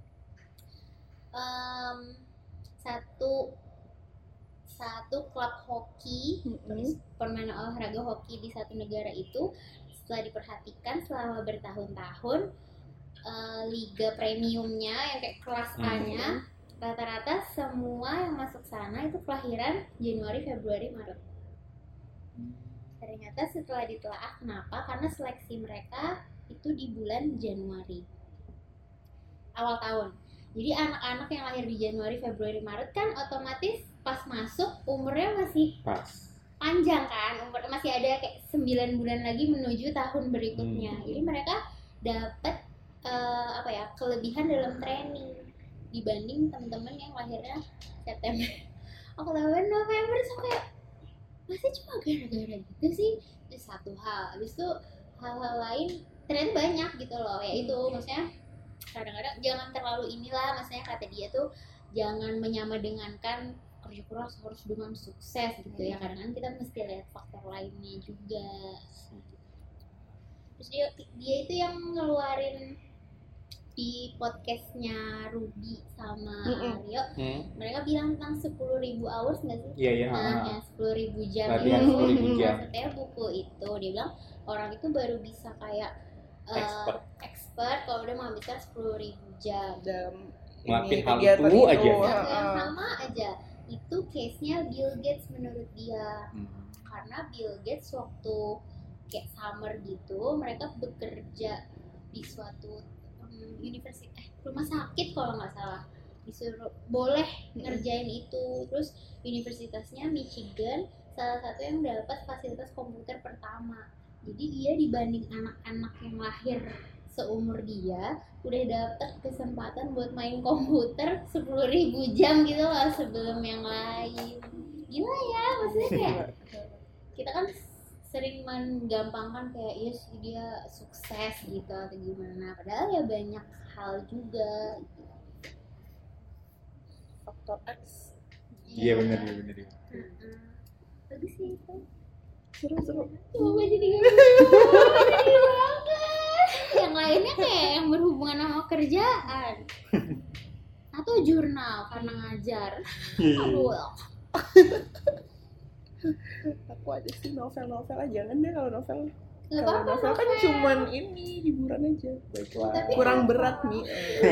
satu klub hoki, permainan olahraga hoki di satu negara itu setelah diperhatikan selama bertahun-tahun liga premiumnya yang kayak kelas A-nya rata-rata semua yang masuk sana itu kelahiran Januari, Februari, Maret. Ternyata setelah ditelaah kenapa? Karena seleksi mereka itu di bulan Januari awal tahun. Jadi anak-anak yang lahir di Januari, Februari, Maret kan otomatis pas masuk umurnya masih panjang kan, masih ada kayak 9 bulan lagi menuju tahun berikutnya. Jadi mereka dapat kelebihan dalam training dibanding teman-teman yang lahirnya September, Oktober, November. So kayak masih cuma gara-gara gitu sih. Itu satu hal. Habis itu hal-hal lain ternyata banyak gitu loh. Ya itu maksudnya kadang-kadang jangan terlalu inilah, maksudnya kata dia tuh jangan menyamadengankan kerja keras harus dengan sukses gitu ya. Kadang-kadang kita mesti lihat faktor lainnya juga. Terus dia itu yang ngeluarin di podcastnya Ruby sama Rio, mereka bilang tentang 10.000 hours nggak sih? Iya. Nah, 10.000 jam latihan itu. 10.000 jam. Maksudnya buku itu dia bilang orang itu baru bisa kayak expert kalau udah menghabiskan 10.000 jam dalam ngelakuin hal itu aja. Yang sama aja. Itu case-nya Bill Gates menurut dia. Karena Bill Gates waktu kayak summer gitu, mereka bekerja di suatu rumah sakit kalau nggak salah, disuruh boleh ngerjain itu. Terus universitasnya Michigan salah satu yang dapat fasilitas komputer pertama. Jadi dia dibanding anak-anak yang lahir seumur dia udah dapat kesempatan buat main komputer 10.000 jam gitu loh sebelum yang lain. Gila ya, maksudnya kayak kita kan sering menggampangkan kayak yes dia sukses gitu atau gimana, padahal ya banyak hal juga gitu. Faktor X. Iya benar. Bagus sih itu. Seru. Coba jadi yang lainnya kayak yang berhubungan sama kerjaan atau jurnal karena ngajar. Aduh. Aku aja sih novel aja, jangan deh kalau novel. Kalau novel kan cuman ini hiburan aja. Baiklah. Kurang berat nih.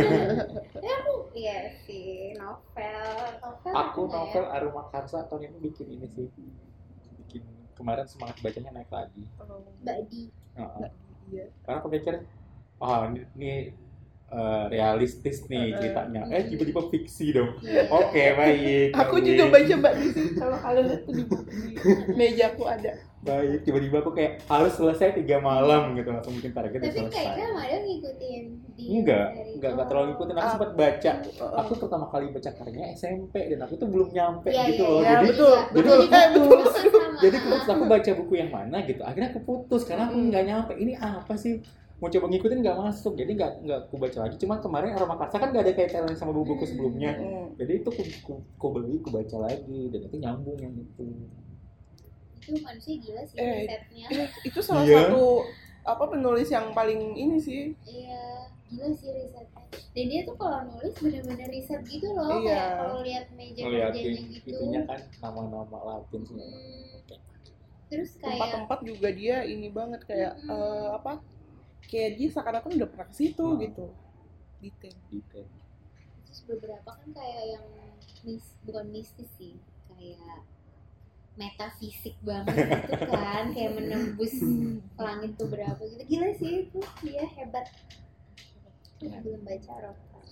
Iya sih novel. Aku novel Aroma Karsa tahun ini bikin ini sih. Bikin kemarin semangat bacanya naik lagi. Mbak Di. Iya. Karena aku pikir ini realistis nih ceritanya. Tiba-tiba fiksi dong. Oke, baik. Aku juga baca Mbak Di sih. Kalau kalian lihat tuh di mejaku ada. Baik, tiba-tiba aku kayak harus selesai 3 malam gitu, langsung bikin target tapi selesai. Tapi kayaknya ada ngikutin di Enggak terlalu ngikutin. Aku sempat baca. Aku pertama kali baca karyanya SMP dan aku tuh belum nyampe gitu loh. Jadi betul. Jadi sama. aku baca buku yang mana gitu. Akhirnya aku putus karena aku nggak nyampe. Ini apa sih? Mau coba ngikutin nggak masuk, jadi nggak aku baca lagi. Cuma kemarin Aroma Karsa kan nggak ada kaitannya sama buku sebelumnya, jadi itu aku beli, aku baca lagi dan itu nyambung yang itu. Itu manusia gila sih risetnya. Itu salah satu penulis yang paling ini sih. Iya, gila sih risetnya. Dan dia tuh kalau nulis benar-benar riset gitu loh, kayak kalau lihat meja-mejanya gitu. Itunya kan nama-nama Latin semua. Terus kayak tempat-tempat juga dia ini banget kayak kayak dia seakan-akan udah pernah ke situ gitu. Detail. Terus beberapa kan kayak yang bukan mistis sih, kayak metafisik banget gitu kan, kayak menembus langit beberapa gitu. Gila sih itu, dia hebat. Belum baca Rokas.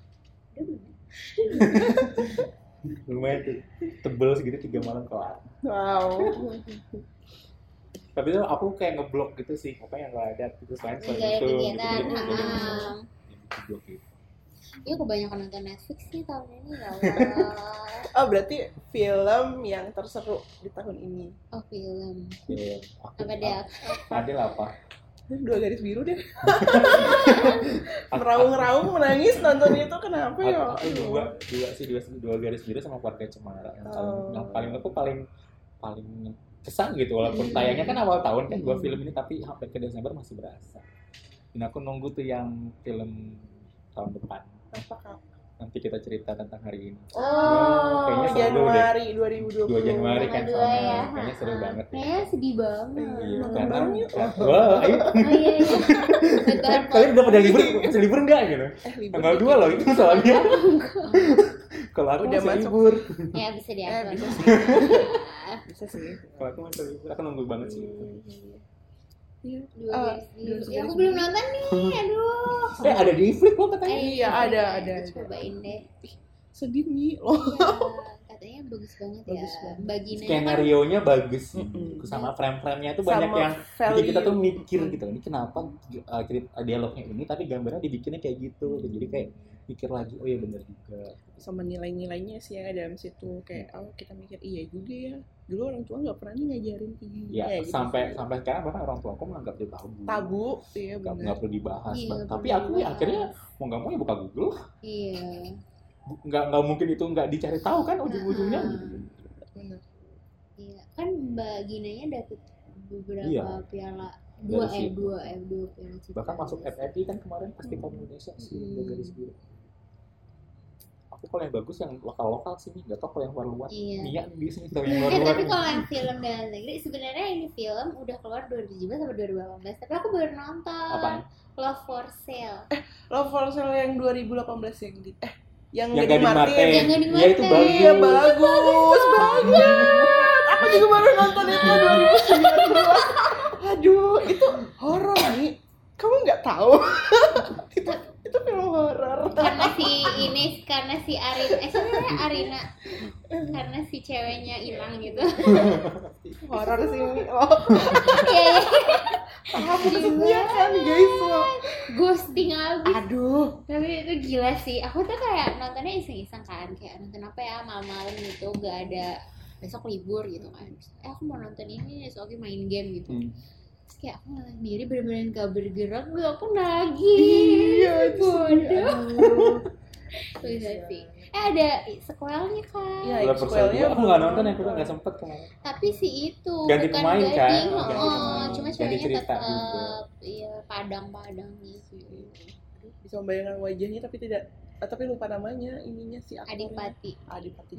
Lumayan tuh, tebel segitu 3 malam kelar. Wow. Tapi tuh aku kayak ngeblok gitu sih, apa yang nggak ada gitu selain itu. Iya kebanyakan nonton Netflix sih tahun ini ya Allah. Oh berarti film yang terseru di tahun ini. Oh film. Film. Apa dia? Ada lah apa? 2 garis biru deh. Meraung-raung menangis nonton itu kenapa ya? Aku dua garis biru sama Keluarga Cemara. Yang paling kesan gitu, walaupun tayangnya kan awal tahun kan 2 film ini, tapi sampai ke Desember masih berasa. Dan aku nunggu tuh yang film tahun depan. Apa Kak? Nanti kita cerita tentang hari ini. Oh, Januari 2020. 2 Januari kan Tanggal 2 sama. ya. Kayaknya seru banget. Kayaknya sedih banget. Iya, Nonton karena bareng yuk. wah, ayo. Oh iya iya. Betul. Kalian udah pada libur? Masih libur enggak gitu? Libur Tanggal dikit. 2 loh itu soalnya. Kalau aku Udah masih masuk. libur. Ya bisa diatur. Bisa sih. Bisa sih. Kalau aku masih libur, aku nunggu banget sih. Iya. Dua garis biru. garis Ya, aku biru. belum nonton nih. Aduh. Ada di Flip loh katanya. Iya, ada. Cobain deh. Sedih nih loh. Ya, katanya bagus banget Bagus ya. banget. Baginanya kan Skenario-nya bagus sih. Mm-mm. Sama frame-frame-nya tuh Sama banyak yang bikin kita tuh value. mikir gitu. Ini kenapa dialognya ini tapi gambarnya dibikinnya kayak gitu. Jadi kayak mikir lagi, oh iya benar juga. Sama nilai-nilainya sih yang ada dalam situ kayak kita mikir iya juga ya. Dulu orang tua nggak pernah nih ngajarin tinggi. Ya, sampai sekarang bahkan orang tua aku menganggap itu tabu. Iya Nggak benar. perlu dibahas. Iya, Tapi perlu aku dibahas. akhirnya mau nggak mau ya buka Google. Iya. Nggak mungkin itu nggak dicari tahu kan ujung-ujungnya. Benar. Iya. Kan Mbak Ginanya dapet beberapa Iya. piala Dari dua situ. piala citra. Bahkan masuk FFI kan kemarin Festival Indonesia sih udah garis biru. Aku kalau yang bagus yang lokal sih, nggak tahu kalau yang luar-luar. Iya. Mia di sini tahu yang Tapi luar-luar. kalau yang film dalam negeri sebenarnya ini film udah keluar 2017 sampai 2018 tapi aku baru nonton. Apaan? Love for Sale. Love for Sale yang 2018 yang di yang Yang Gading Gading Martin. Yang Gading Iya itu Martin. bagus. Iya bagus banget. Aku juga baru nonton itu 2019. Aduh, itu horor nih. Kamu nggak tahu? itu film horor. Karena si Arina, sebenarnya Arina karena si ceweknya hilang gitu. Horor sih ini. Oh, Iya, apa maksudnya kan guys? ghosting abis. Aduh. Tapi itu gila sih. Aku tuh kayak nontonnya iseng-iseng kan, kayak nonton apa ya malam-malam gitu, gak ada besok libur gitu kan. Aku mau nonton ini, soalnya main game gitu. Terus kayak aku nonton sendiri bener-bener gak bergerak, aku nagih. Iya, Bodoh. Bisa sih. Ada sequelnya kan. Iya, Love for Sale juga aku nggak nonton ya, aku belum nggak sempet kan. Tapi si itu Ganti bukan pemain, kan? Gading, Ganti pemain. cuma Ganti ceweknya cerita tetap juga. iya padang-padang gitu. Bisa membayangkan wajahnya tapi tidak tapi lupa namanya ininya si aktornya. Adipati. Adipati.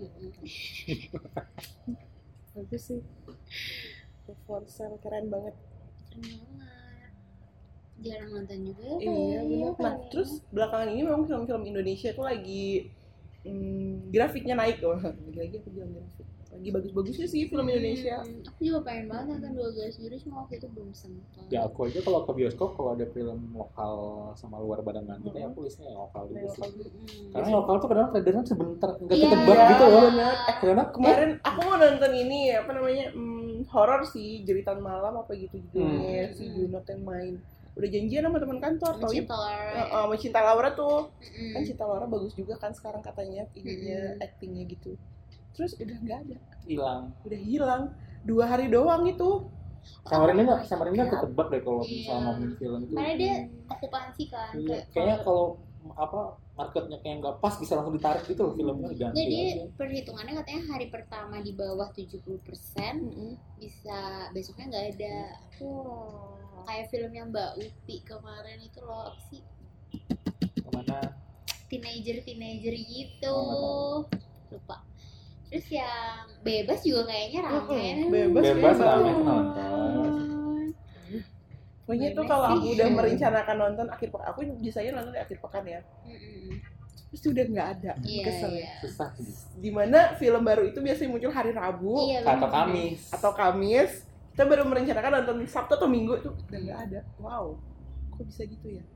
Bagus sih. Love for Sale keren banget. Keren banget. Jarang nonton juga ya. Iya benar. Nah terus belakangan ini memang film-film Indonesia tuh lagi grafiknya naik loh. Lagi aku bilang grafik. Lagi bagus-bagusnya sih film Indonesia. Aku juga pengen banget nonton 2 garis biru cuma waktu itu belum sempat. Ya aku aja kalau ke bioskop kalau ada film lokal sama luar badangan kita ya aku listnya yang lokal dulu sih. Karena yang lokal tuh kadang trailernya sebentar nggak Iya, ketebak iya, gitu loh. benar. Karena Kemarin aku mau nonton ini apa namanya horor sih Jeritan Malam apa gitu judulnya si Junot yang main. Udah janjian sama teman kantor tau ya. Sama Cinta Laura tuh. Kan Cinta Laura bagus juga kan sekarang katanya ininya actingnya gitu. Terus udah nggak ada, hilang. udah hilang 2 hari doang itu. Samarinda nggak ketebak deh kalau misalnya ngomongin film itu. Karena dia okupansi kan. Iya, kayaknya kalau apa marketnya kayak nggak pas bisa langsung ditarik gitu loh filmnya diganti. Jadi aja. perhitungannya katanya hari pertama di bawah 70% bisa besoknya nggak ada. Kayak film yang Mbak Upi kemarin itu loh apa sih? Kemana? Teenager gitu. Oh, Lupa. Terus yang bebas juga kayaknya rame. Bebas rame gitu. nonton. Pokoknya tuh Bener kalau sih. aku udah merencanakan nonton akhir pekan, aku biasanya nonton di akhir pekan ya. Terus udah nggak ada, Iya, kesel. iya. Susah sih. Dimana film baru itu biasanya muncul hari Rabu Iya, Atau bener. Kamis. atau Kamis. Kita baru merencanakan nonton Sabtu atau Minggu tuh udah nggak ada. Wow, kok bisa gitu ya?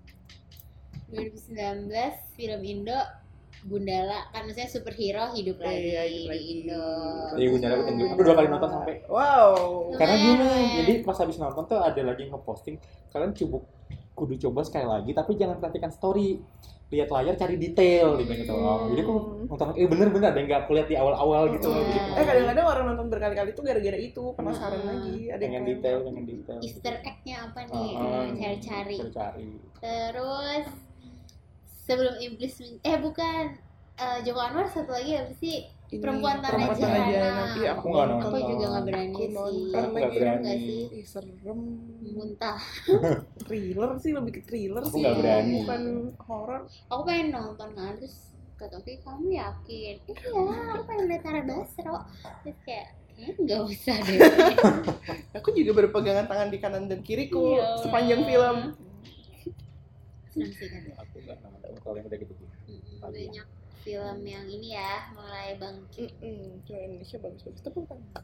2019 film Indo Gundala kan maksudnya superhero hidup lagi Iya, hidup di lagi. Indo. Iya, gue nyala aku 2 kali nonton sampai. Wow. Karena gini, Lumayan. jadi pas habis nonton tuh ada lagi ngeposting kalian cubuk kudu coba sekali lagi, tapi jangan perhatikan story. Lihat layar, cari detail gitu. Jadi aku nonton, bener-bener ada yang nggak aku lihat di awal-awal gitu. Kadang-kadang orang nonton berkali-kali tuh gara-gara itu penasaran lagi. Ada pengen detail. Easter egg-nya apa nih? Cari-cari. Terus sebelum iblis Joko Anwar satu lagi apa sih? Perempuan Tanah Jahanam. Iya, aku juga nggak berani sih. Nggak berani sih. Serem. Muntah. Thriller sih, lebih ke thriller aku sih. Nggak berani. Bukan horor. Aku pengen nonton kan, terus kata Oki, kamu yakin? Iya, aku pengen lihat Tara Basro. Terus kayaknya nggak usah deh. Aku juga berpegangan tangan di kanan dan kiriku sepanjang film. Senang sih kan. Aku nggak nonton kalau yang udah gitu. Banyak film yang ini ya mulai bangkit. Film Indonesia bagus-bagus, tepuk tangan.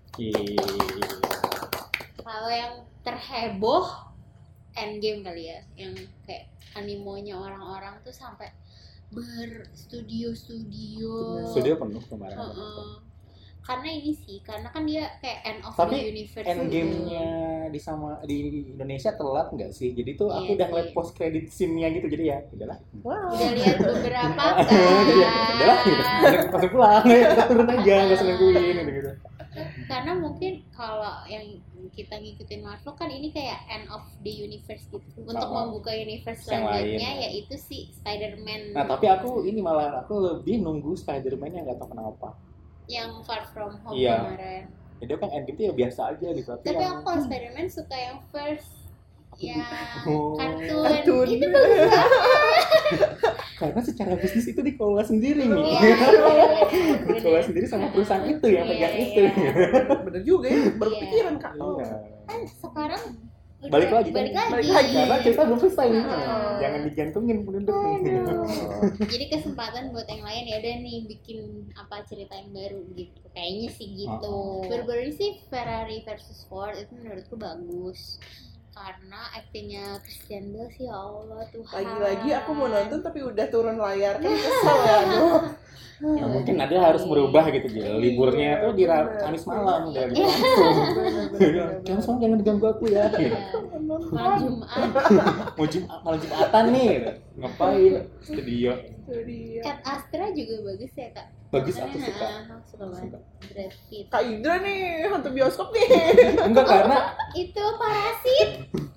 Kalau yang terheboh Endgame kali ya, yang kayak animonya orang-orang tuh sampai berstudio penuh kemarin. Karena ini sih, karena kan dia kayak end of tapi the universe. Endgame-nya di Indonesia telat nggak sih? Jadi tuh aku udah ngeliat post credit scene-nya gitu, jadi ya udahlah. Udah lihat beberapa kan. Udahlah, langsung pulang, kita turun aja, nggak usah nungguin gitu. Karena mungkin kalau yang kita ngikutin Marvel kan ini kayak end of the universe gitu. Untuk membuka universe selanjutnya yaitu si Spider-Man. Nah tapi aku lebih nunggu Spider-Man yang nggak tahu kenapa. Yang Far From Home iya. Kemarin. Jadi kan Endgame tuh ya biasa aja gitu. Tapi aku kalau Spider-Man suka yang first, yang kartun. Itu bagus banget. Karena secara bisnis itu dikelola sendiri nih. Dikelola sendiri sama perusahaan itu yang pegang itu. Bener juga ya, berpikiran Kak. Sekarang balik lagi. Karena kita belum selesai nih. Jangan digantungin penduduk nih. Jadi kesempatan buat yang lain ya udah nih bikin apa cerita yang baru gitu. Kayaknya sih gitu. Baru-baru sih Ferrari versus Ford itu menurutku bagus. Karena aktingnya Christian Bale sih, ya Allah Tuhan. Lagi-lagi aku mau nonton tapi udah turun layar kan kesel ya. Ya, mungkin ada harus berubah gitu Jil. Liburnya tuh di Kamis malam udah gitu langsung. Kamis malam jangan diganggu aku ya. Malam Jumat. Malam Jumatan nih. Ngapain? Studio. Cat Astra juga bagus ya Kak. Bagus, aku suka. Suka banget. Brad Pitt. Kak Indra nih, hantu bioskop nih. Enggak, karena itu Parasit.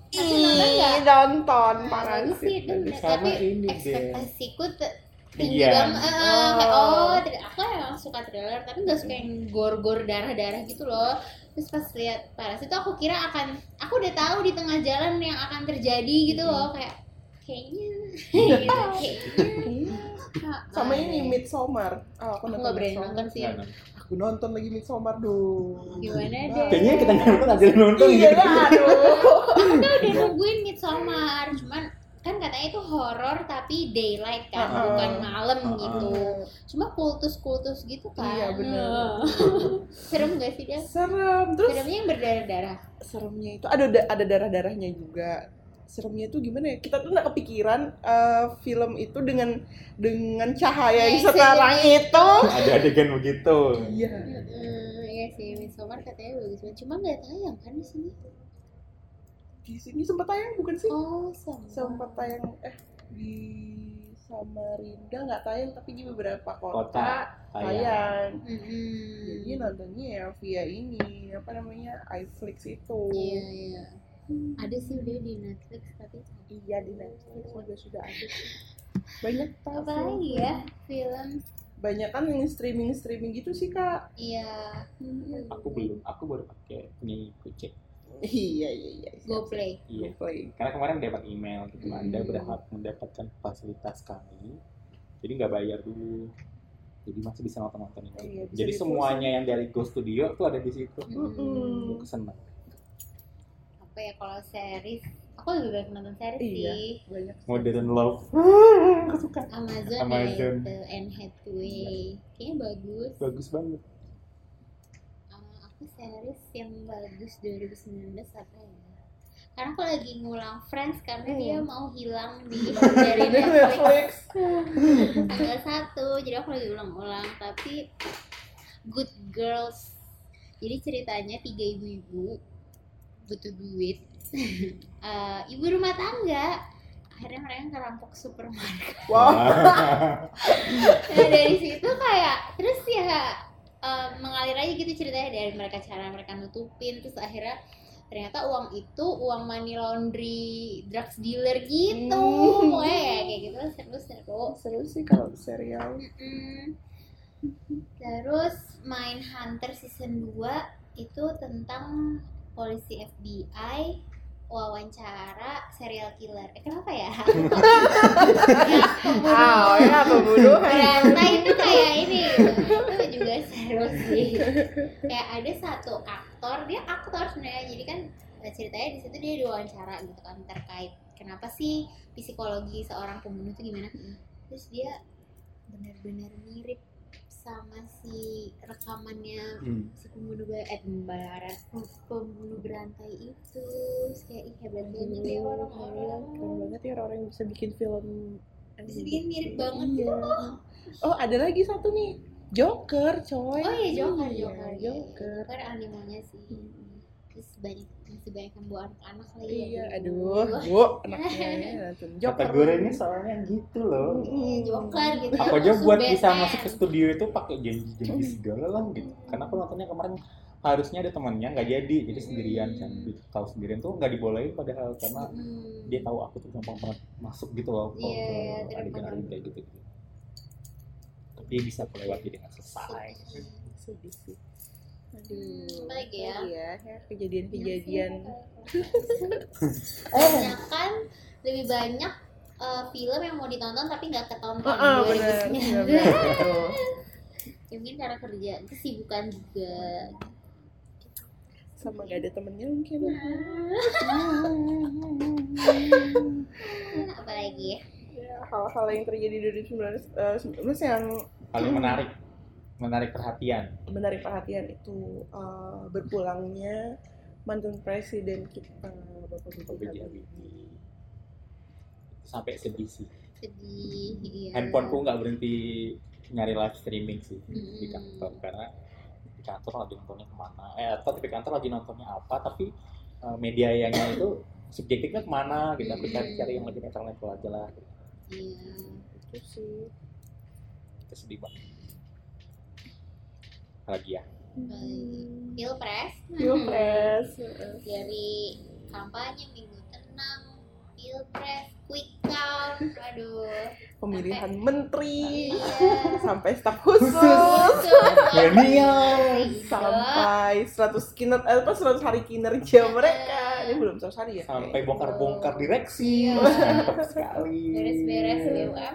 Nonton Parasit. Tapi ekspektasiku tinggi banget. Aku emang suka thriller, tapi nggak suka yang gore darah gitu loh. Terus pas lihat Parasit itu aku udah tahu di tengah jalan yang akan terjadi gitu loh, kayaknya. Sama ini Midsommar. Aku nggak berani nonton sih. Aku nonton lagi Midsommar dong. Gimana deh? Kayaknya kita nonton aja nonton. Iya aduh. Aku udah nungguin Midsommar, cuman kan katanya itu horor tapi daylight kan, bukan malam gitu. Cuma kultus gitu kan. Iya benar. Serem gak sih dia? Serem. Terus seremnya yang berdarah-darah. Seremnya itu ada darah-darahnya juga. Seremnya itu gimana ya? Kita tuh nggak kepikiran film itu dengan cahaya yang sekarang itu. Ada adegan begitu. Iya. Iya sih, Midsommar katanya bagus banget. Cuma nggak tayang kan di sini. Di sini sempat tayang bukan sih? Oh, sempat tayang di Samarinda nggak tayang, tapi di beberapa kota tayang. Jadi nontonnya ya via ini apa namanya iFlix itu. Iya. Ada sih udah di Netflix tapi iya di Netflix sudah ada sih. Banyak apa lagi ya film? Banyak kan yang streaming gitu sih Kak. Iya. Aku belum. Aku baru pakai ini Gojek. Iya. GoPlay. Iya. Karena kemarin dapat email gitu, Anda berhak mendapatkan fasilitas kami. Jadi nggak bayar dulu. Jadi masih bisa nonton ini. Iya, jadi semuanya yang dari Go Studio tuh ada di situ. Aku senang. Apa ya kalau series? Aku juga banyak nonton series sih. Banyak. Modern Love. Aku suka. Amazon. Itu Anne Hathaway. Kayaknya bagus. Bagus banget. Aku series yang bagus 2019 apa ya? Karena aku lagi ngulang Friends karena dia mau hilang dari Netflix tanggal 1. Jadi aku lagi ulang-ulang. Tapi Good Girls. Jadi ceritanya 3 ibu-ibu butuh duit. Ibu rumah tangga akhirnya mereka ngerampok supermarket. Wow. Nah dari situ kayak terus ya mengalir aja gitu ceritanya dari mereka, cara mereka nutupin, terus akhirnya ternyata uang itu uang money laundry drugs dealer gitu. Pokoknya ya kayak gitu Seru sih kalau serial. Terus Mindhunter season 2 itu tentang polisi FBI wawancara serial killer. Kenapa ya? Ya pembunuhan. Ternyata itu kayak ini. Itu juga seru sih. Kayak ada satu aktor, dia aktor sebenarnya. Jadi kan ceritanya di situ dia diwawancara gitu kan terkait kenapa sih psikologi seorang pembunuh itu gimana. Terus dia benar-benar mirip sama si rekamannya si pembunuh berantai itu. Terus kayak hebat banget ya orang-orang. Keren banget ya orang-orang yang bisa bikin film. Bisa bikin mirip banget gitu. Oh ada lagi satu nih, Joker coy. Oh iya Joker animenya sih. Terus masih banyak yang buat anak-anak lagi. Iya, aduh, Bu, anaknya nonton Joker. Kategorinya soalnya gitu loh. Joker gitu. Aku aja buat bisa masuk ke studio itu pakai janji-janji segala lah gitu. Karena aku nontonnya kemarin harusnya ada temannya, nggak jadi sendirian kan. Tahu sendirian tuh nggak dibolehin padahal karena dia tahu aku tuh gampang banget masuk gitu loh. Iya, adegan kayak gitu. Tapi bisa kelewati dengan selesai. Sedih sih. Aduh, lagi ya kejadian-kejadian. Kan lebih banyak film yang mau ditonton tapi nggak ketonton. Benar. Mungkin cara kerja kesibukan juga. Sama nggak ada temennya mungkin. Apa lagi ya? Hal-hal yang terjadi di 2019 yang paling menarik perhatian itu berpulangnya mantan presiden kita Bapak Habibie. Sampai sedih sih. Iya. Handphoneku nggak berhenti nyari live streaming sih di kantor karena di kantor lagi nontonnya kemana? Atau di kantor lagi nontonnya apa? Tapi media yangnya itu subjektifnya kemana? Gitu. Aku cari yang lebih netral aja lah. Iya. Itu sih. Itu sedih banget. Lagi ya. Pilpres dari kampanye minggu tenang, Pilpres, quick count, aduh, pemilihan menteri, sampai staf khusus, milenial, sampai 100 hari kinerja mereka. Ini belum 100 hari ya? Sampai bongkar-bongkar direksi, mantap sekali. Beres-beres BUMN,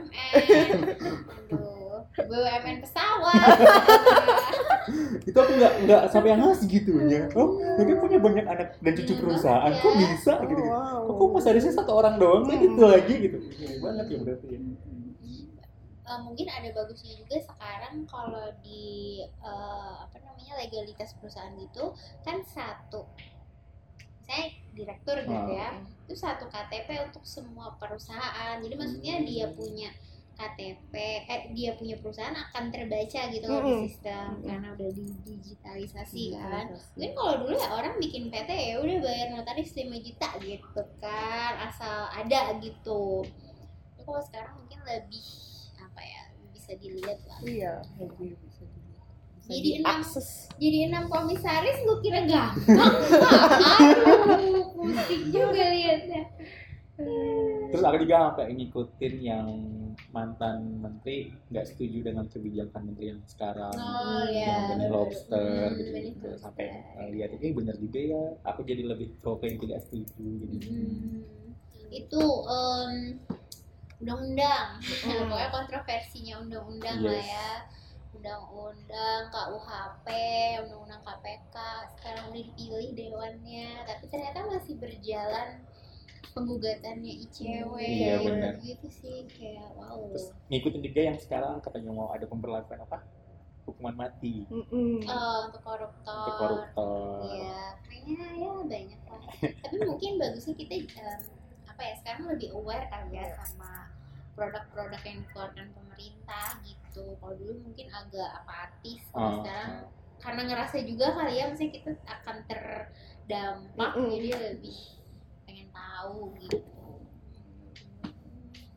BUMN pesawat. Itu aku nggak sampai yang ngasih gitunya. Oh, mungkin punya banyak anak dan cucu perusahaan. Kok bisa gitu? Kok masih ada satu orang doang gitu lagi gitu. Gini banget ya berarti. Mungkin ada bagusnya juga sekarang kalau di legalitas perusahaan gitu kan satu, saya direktur gitu ya, itu satu KTP untuk semua perusahaan. Jadi maksudnya dia punya KTP, dia punya perusahaan akan terbaca gitu loh di sistem karena udah digitalisasi kan. Mungkin kalau dulu ya orang bikin PT ya udah bayar notaris 5 juta gitu kan, asal ada gitu. Tapi kalau sekarang mungkin lebih bisa dilihat lah. Iya, lebih bisa dilihat. Jadi 6 komisaris lu kira gampang? Aduh, pusing juga liatnya. Terus aku juga sampai ngikutin yang mantan menteri nggak setuju dengan kebijakan menteri yang sekarang, yang benih lobster gitu. Sampai lihat ini benar juga ya. Aku jadi lebih pro yang tidak setuju jadi. Itu undang-undang, pokoknya kontroversinya undang-undang lah ya. Undang-undang KUHP, undang-undang KPK, sekarang udah dipilih dewannya, tapi ternyata masih berjalan penggugatannya ICW. Iya benar. Gitu sih kayak wow. Terus ngikutin juga yang sekarang katanya mau ada pemberlakuan hukuman mati. Untuk koruptor. Iya, kayaknya ya banyak lah. Tapi mungkin bagusnya kita sekarang lebih aware kan ya sama produk-produk yang dikeluarkan pemerintah gitu. Kalau dulu mungkin agak apatis, sekarang karena ngerasa juga kali ya, misalnya kita akan terdampak, jadi lebih pengen tahu gitu.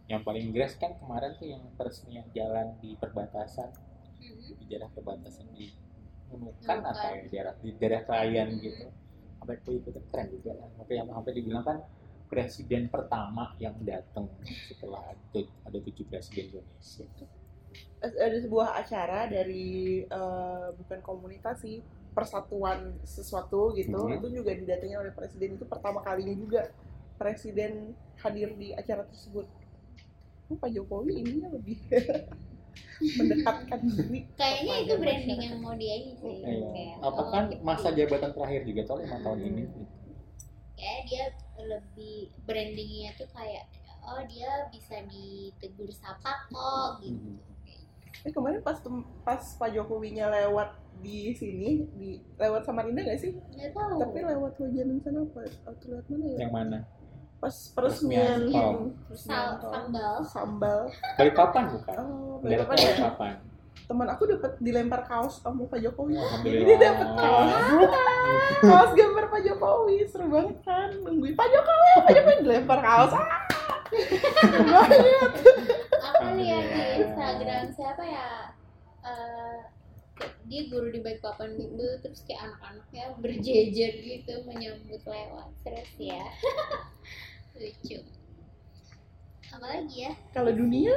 Yang paling gres kan kemarin tuh yang peresmian jalan di perbatasan, di daerah perbatasan di Nunukan atau ya, di daerah Krayan gitu. Sampai itu ikut keren juga lah. Sampai dibilang kan presiden pertama yang datang setelah ada 7 presiden Indonesia. Ada sebuah acara dari bukan komunitas sih, persatuan sesuatu gitu, itu juga didatangi oleh presiden, itu pertama kalinya juga presiden hadir di acara tersebut. Pak Jokowi ininya lebih mendekatkan diri. Kayaknya itu branding yang mau dia ini sih. Apa kan masa jabatan terakhir juga tuh 5 tahun ini. Kayak dia lebih brandingnya tuh kayak dia bisa ditegur sapa kok gitu. Kemarin pas Pak Jokowinya lewat di sini, lewat Samarinda nggak sih? Nggak tahu. Tapi lewat Wajanan sana apa? Atau lewat mana ya? Yang mana? Pas peresmian sambal. Balikpapan bukan? Balikpapan. Teman aku dapat dilempar kaos sama Pak Jokowi. Jadi dia dapat kaos gambar Pak Jokowi. Seru banget kan, nungguin Pak Jokowi dilempar kaos. Banget. Aku lihat di Instagram siapa ya, dia guru di Balikpapan gitu, terus kayak anak-anaknya berjejer gitu menyambut lewat. Terus ya lucu. Apalagi ya kalau dunia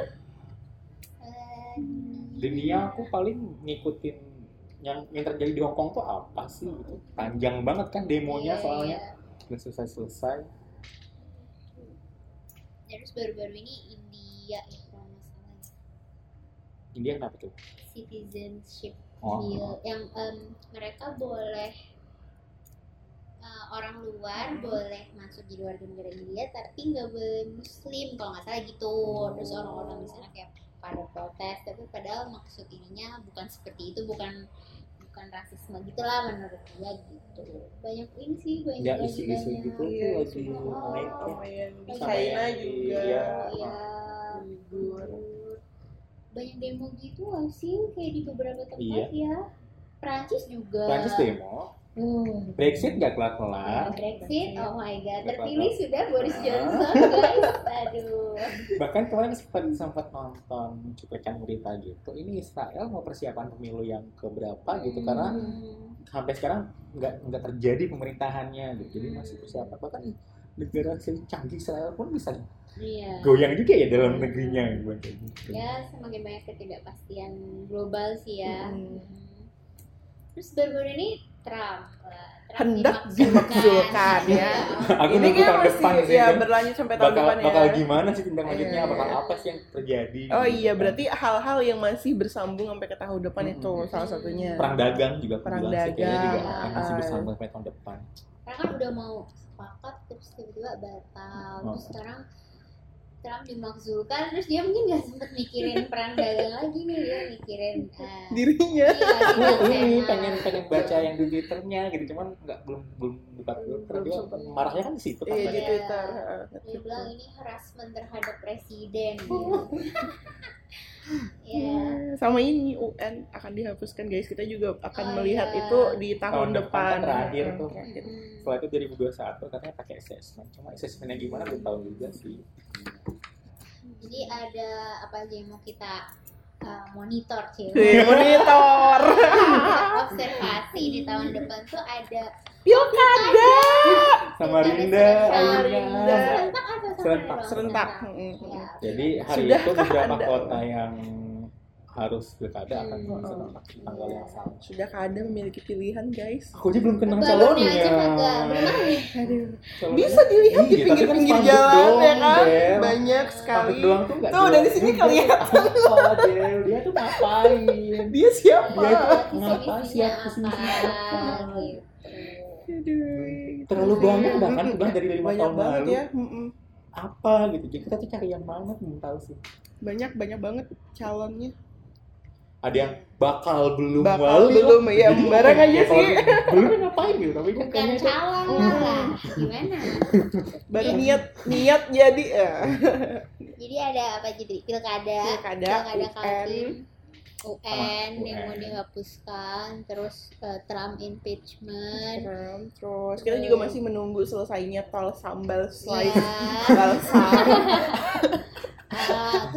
aku paling ngikutin yang terjadi di Hong Kong tuh apa sih gitu. Panjang banget kan demonya soalnya nggak selesai. Terus baru-baru ini India ya kalau nggak salah. India kenapa tuh? Citizenship bill yang mereka boleh orang luar boleh masuk jadi warga negara India tapi nggak boleh Muslim kalau nggak salah gitu. Terus orang-orang di sana kayak pada protes, tapi padahal maksud ininya bukan seperti itu, bukan rasisme gitulah menurut dia gitu. Banyak ini sih, banyak isu-isu gitu tuh lagi naik di China juga. Iya. Banyak demo gitu nggak sih kayak di beberapa tempat ya. Prancis juga. Prancis demo. Brexit nggak kelar-kelar. Brexit, oh my god, terpilih sudah Boris Johnson, guys. Aduh. Bahkan kemarin sempat nonton cuplikan berita gitu. Ini Israel mau persiapan pemilu yang keberapa gitu karena sampai sekarang nggak terjadi pemerintahannya gitu. Jadi masih persiapan. Bahkan negara canggih Israel pun bisa goyang juga ya dalam negerinya gitu. Ya semakin banyak ketidakpastian global sih ya. Terus baru-baru ini Trump hendak dimaksudkan ya. Ini kan masih ya berlanjut sampai tahun depan ya. Bakal gimana sih tindak lanjutnya? Bakal apa sih yang terjadi? Oh iya, berarti hal-hal yang masih bersambung sampai ke tahun depan itu salah satunya. Perang dagang juga. Perang dagang juga masih bersambung sampai tahun depan. Karena kan udah mau sepakat terus tiba-tiba batal. Terus sekarang Trump dimakzulkan, terus dia mungkin nggak sempet mikirin perang dagang lagi nih, dia mikirin dirinya. Ini pengen baca yang di Twitternya gitu, cuman belum buka Twitter. Dia marahnya kan di situ kan. Iya di Twitter. Dia bilang ini harassment terhadap presiden. Sama ini UN akan dihapuskan guys, kita juga akan melihat itu di tahun depan terakhir tuh. Setelah itu 2021 katanya pakai assessment, cuma assessmentnya gimana belum tahu juga sih. Jadi ada apa aja yang mau kita monitor sih. Monitor. Observasi di tahun depan tuh ada pilkada. Samarinda. Serentak. Jadi hari itu beberapa kota yang harus pilkada akan serentak di tanggal yang sama. Sudahkah Anda memiliki pilihan guys? Aku aja belum kenal calonnya. Bisa dilihat di pinggir-pinggir jalan ya kan, banyak sekali. Tuh dari sini kelihatan. Dia tuh ngapain? Dia siapa? Dia tuh ngapain? Siapa sih? Terlalu banyak bahkan udah dari 5 tahun lalu ya. Apa gitu, jadi kita tuh cari yang mana belum tahu sih. Banyak banget calonnya. Ada yang bakal belum ya barang aja sih. Belum ngapain gitu, tapi kan kayaknya calon lah. Gimana? Baru niat jadi ya. Jadi ada apa jadi pilkada Kaltim, UN yang mau dihapuskan, terus Trump impeachment, terus kita juga masih menunggu selesainya tol sambal slice balsam.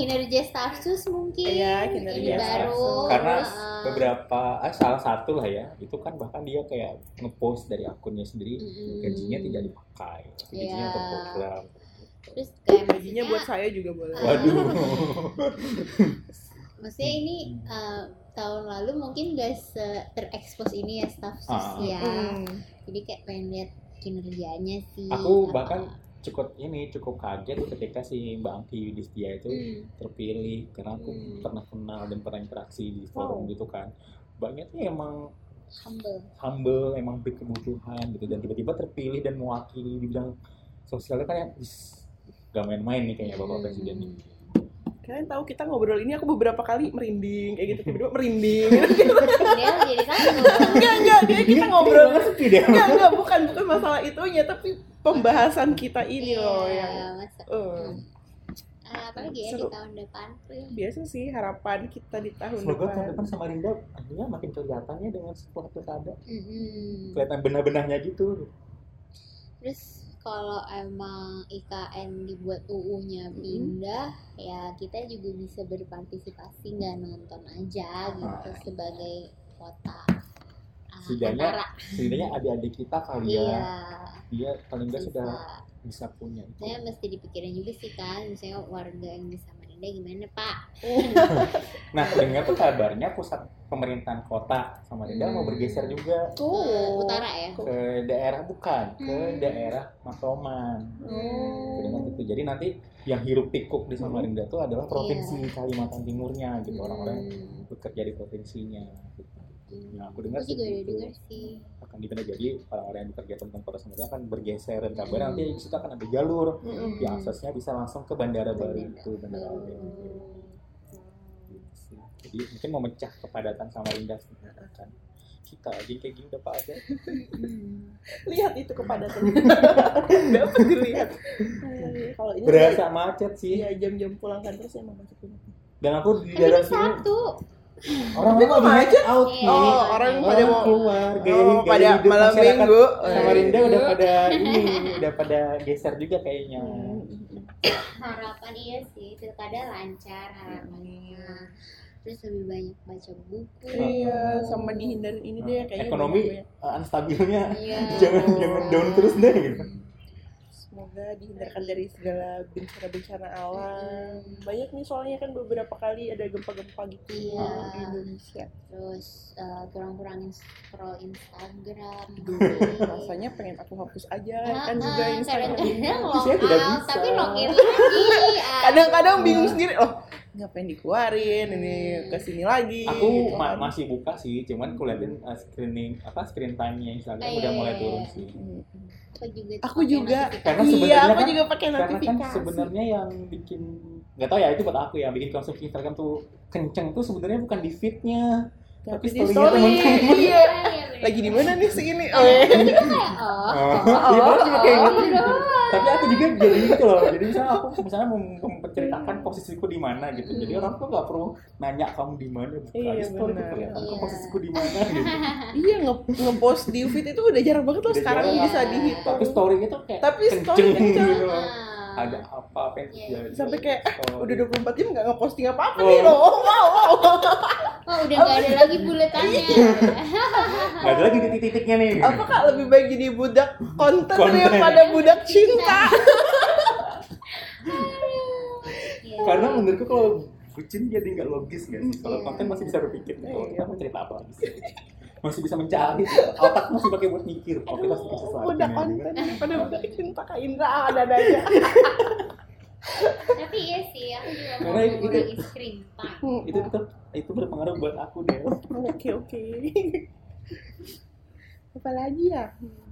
kinerja Stafsus mungkin. Iya, kinerja ini baru. Stafsus. Karena beberapa salah satu lah ya, itu kan bahkan dia kayak ngepost dari akunnya sendiri, gajinya tidak dipakai, gajinya untuk program. Terus kayak gajinya buat saya juga boleh. Waduh. Maksudnya ini tahun lalu mungkin gak terekspos ini ya Stafsus ya. Jadi kayak pengen lihat kinerjanya sih. Aku bahkan cukup kaget ketika si Mbak Angki Yudhistia itu terpilih, karena aku pernah kenal dan pernah interaksi di forum gitu kan. Mbaknya tuh emang humble, emang berkebutuhan gitu, dan tiba-tiba terpilih dan mewakili di bidang sosialnya kan, gak main-main nih kayaknya Bapak Presiden ini. Kalian tahu kita ngobrol ini aku beberapa kali merinding kayak gitu, tiba-tiba merinding. Dia jadi satu. Enggak, kita ngobrol. Enggak, bukan masalah itunya, tapi pembahasan kita ini loh yang apalagi ya di tahun depan tuh. Biasa sih harapan kita di tahun semoga depan. tahun depan Samarinda artinya makin kelihatannya dengan setelah pilkada. Kelihatan benah-benahnya gitu. Terus kalau emang IKN dibuat UU-nya pindah, ya kita juga bisa berpartisipasi, nggak nonton aja gitu sebagai kota. Setidaknya adik-adik kita kali ya, dia paling nggak sudah bisa punya. Saya mesti dipikirin juga sih kan, misalnya warga yang di Samarinda gimana Pak? Nah, dengar tuh kabarnya pusat pemerintahan kota Samarinda mau bergeser juga ke utara ya? Ke daerah ke daerah Matroman. Gitu. Jadi nanti yang hiruk pikuk di Samarinda tuh adalah provinsi Kalimantan Timurnya gitu, orang-orang bekerja di provinsinya. Gitu. Nah, aku dengar juga dengar sih akan dipindah, jadi orang-orang yang bekerja tentang kota Samarinda akan bergeser, dan kabar nanti di situ akan ada jalur yang aksesnya bisa langsung ke bandara baru itu, bandara jadi mungkin memecah kepadatan Samarinda kan. Kita aja kayak gini udah ada. Lihat itu kepadatan. Dapat dilihat. Kalau ini berasa macet sih. Iya, jam-jam pulang kantor saya emang macet banget. Dan aku di daerah sini orang-orang mau macet out nih. Orang pada mau keluar, pada malam minggu. Samarinda udah pada geser juga kayaknya. Harapan iya sih, pilkada lancar harapannya. Terus lebih banyak baca buku. Iya, sama dihindarin ini deh kayaknya. Ekonomi unstabilnya jangan down terus deh gitu. Semoga dihindarkan dari segala bencana-bencana alam. Banyak nih soalnya kan beberapa kali ada gempa-gempa gitu di Indonesia. Terus kurang-kurangin scroll Instagram. Rasanya pengen aku hapus aja kan juga Instagram. Saya tidak bisa. Tapi login lagi. Kadang-kadang bingung sendiri loh. Ngapain dikeluarin ini kesini lagi? Aku gitu masih buka sih, cuman kuliatin screen time-nya Instagram udah mulai turun sih. Aku juga karena sebenarnya aku juga pakai notifikasi. Karena kan sebenarnya yang bikin nggak tahu ya, itu buat aku ya, bikin konsumsi Instagram tuh kenceng tuh sebenarnya bukan di feed-nya, tapi di story-nya story. teman-teman. Iya. Lagi di mana nih si ini? Tapi aku juga jadi gitu loh. Jadi misalnya mau menceritakan posisiku di mana gitu. Jadi orang tuh nggak perlu nanya kamu di mana. Iya, story tuh kelihatan posisiku di mana gitu. Iya, ngepost di feed itu udah jarang banget loh sekarang bisa dihitung. Tapi story-nya tuh kayak kenceng gitu. Ada apa yang terjadi. Sampai kayak udah 24 jam nggak ngeposting apa-apa nih loh. Wow. Udah nggak ada lagi buletannya. Nggak ada lagi titik-titiknya nih. Apakah lebih baik jadi budak konten daripada budak cinta? Karena menurutku kalau bucin jadi nggak logis kan. Kalau konten masih bisa berpikir. Kalau kita mau cerita apa lagi sih? Masih bisa mencari, otak masih pakai buat mikir. Oh, kita bikin sesuatu. Budak konten daripada budak cinta Kak Indra ada-adanya. Tapi iya sih, aku juga mau mengurangi screen time. Itu berpengaruh buat aku deh. Oke. Apa lagi ya?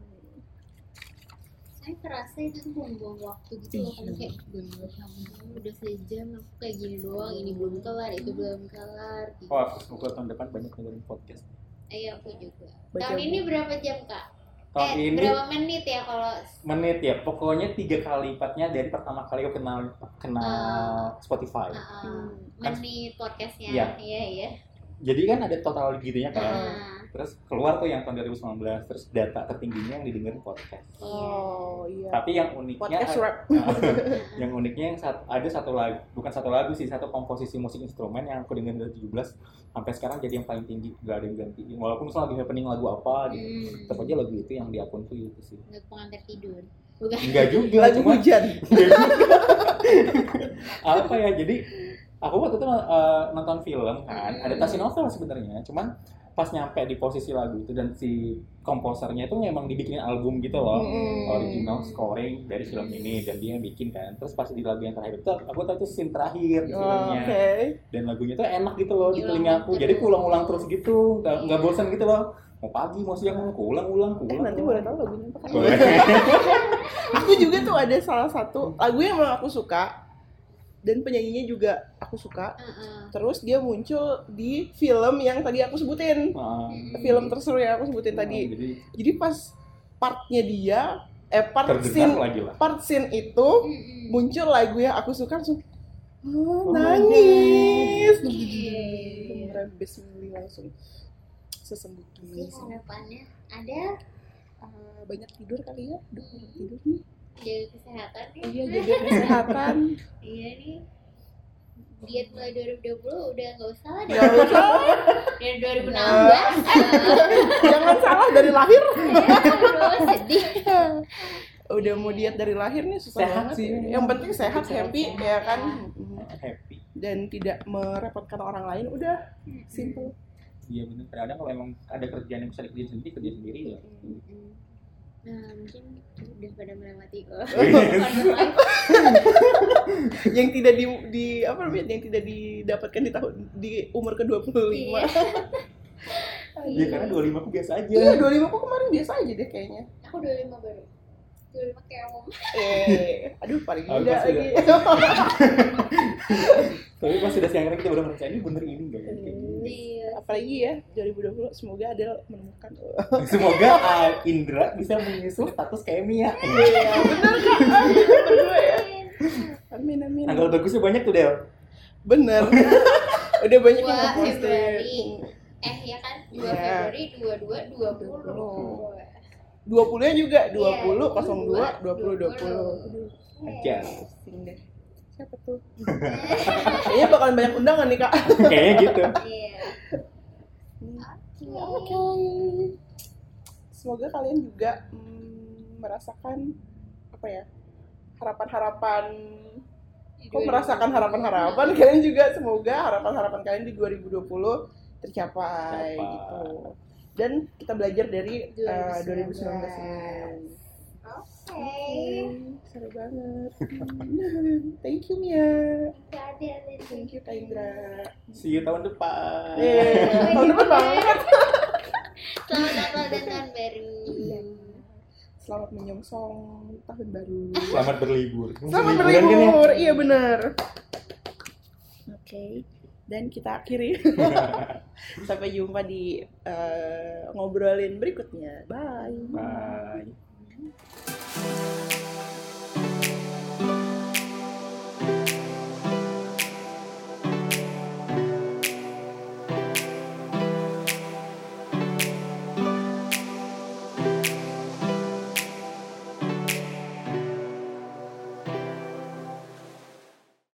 Saya kerasa itu buang-buang waktu gitu loh, kayak udah sejam aku kayak gini doang, ini belum kelar, itu belum kelar gitu. Semoga tahun depan banyak dengerin podcast. Iya, aku juga. Tahun ini berapa jam Kak? Tahun ini berapa menit ya kalau? Menit ya, pokoknya 3 kali lipatnya dari pertama kali aku kenal Spotify. Menit podcastnya, iya. Jadi kan ada total gitunya kan. Nah, Terus keluar tuh yang tahun 2019, terus data tertingginya yang didengerin podcast. Oh iya. Tapi yang uniknya Podcast rap. yang uniknya ada satu lagu, bukan satu lagu sih, satu komposisi musik instrumen yang aku dengerin dari 17 sampai sekarang jadi yang paling tinggi, gak ada yang gantiin. Walaupun misalnya lagi happening lagu apa gitu, tetap aja lagu itu yang di akunku itu sih. Untuk pengantar tidur. Bukan. Enggak juga, Lagu cuma hujan. apa ya, jadi aku waktu itu nonton film kan, adaptasi novel sebenarnya, cuman pas nyampe di posisi lagu itu dan si komposernya itu memang dibikinin album gitu loh, original scoring dari film ini, dan dia yang bikin kan. Terus pas di lagu yang terakhir itu aku tahu itu scene terakhir di filmnya, dan lagunya tuh enak gitu loh di telingaku, jadi aku ulang-ulang terus gitu, nggak bosan gitu loh, mau pagi mau siang mau ulang. Nanti boleh tahu lagunya apa kan? Boleh. Aku juga tuh ada salah satu lagu yang memang aku suka dan penyanyinya juga aku suka. Terus dia muncul di film yang tadi aku sebutin, film terseru yang aku sebutin tadi. Jadi pas partnya dia, part scene itu muncul lagu yang aku suka, langsung nangis. Beneran bismillah langsung sesembut Sih, harapannya ada banyak tidur kali ya, banyak tidur nih. jaga kesehatan nih. Iya, jaga kesehatan. Iya nih. Diet mulai 2020 udah nggak usah lah. Nggak usah. Dari 2016. Jangan salah dari lahir. Aduh, sedih. Udah mau diet dari lahir nih susah Sehat banget sih. Yang penting sehat, happy ya kan. Happy. Dan tidak merepotkan orang lain, udah simple. Iya benar. Kadang kalau emang ada kerjaan yang bisa dikerjain sendiri, kerja sendiri ya. Nah, mungkin udah pada melewati Yang tidak di apa namanya, yang tidak didapatkan di umur ke-25. Iya karena 25 aku biasa aja. Iya, 25 aku kemarin biasa aja deh kayaknya. Aku 25 baru. 25 kayak om. Aduh paling Aku muda pas lagi. Tapi pas sudah siang kita udah merasa ini bener ini enggak ya? Iya. Apalagi ya 2020 semoga Adel menemukan. Semoga Indra bisa menyusul status kayak Mia. Iya, benar Kak. Berdua ya. Amin. Tanggal bagusnya banyak tuh Del. Bener. Udah banyak yang 2 ngeposting. Februari. Ya kan? 2 Iya. Februari 22 20. 20-nya juga 20, Iya, 02, 20. Aja. Pusing deh. Siapa tuh? Kayaknya bakalan banyak undangan nih Kak. Kayaknya gitu. Iya. Oke. Semoga kalian juga merasakan apa ya? Harapan-harapan. Kok merasakan harapan-harapan? Kalian juga semoga harapan-harapan kalian di 2020 tercapai gitu. Dan kita belajar dari 2019 ini. Oke. Seru banget. Thank you Mia. Thank you Kak Indra. See you tahun depan. Tahun depan banget. Selamat Natal dan Tahun Baru. Selamat menyongsong tahun baru. Selamat berlibur. Selamat Liburan kan ya? berlibur. Iya benar. Oke. Dan kita akhiri. Sampai jumpa di ngobrolin berikutnya. Bye. Bye.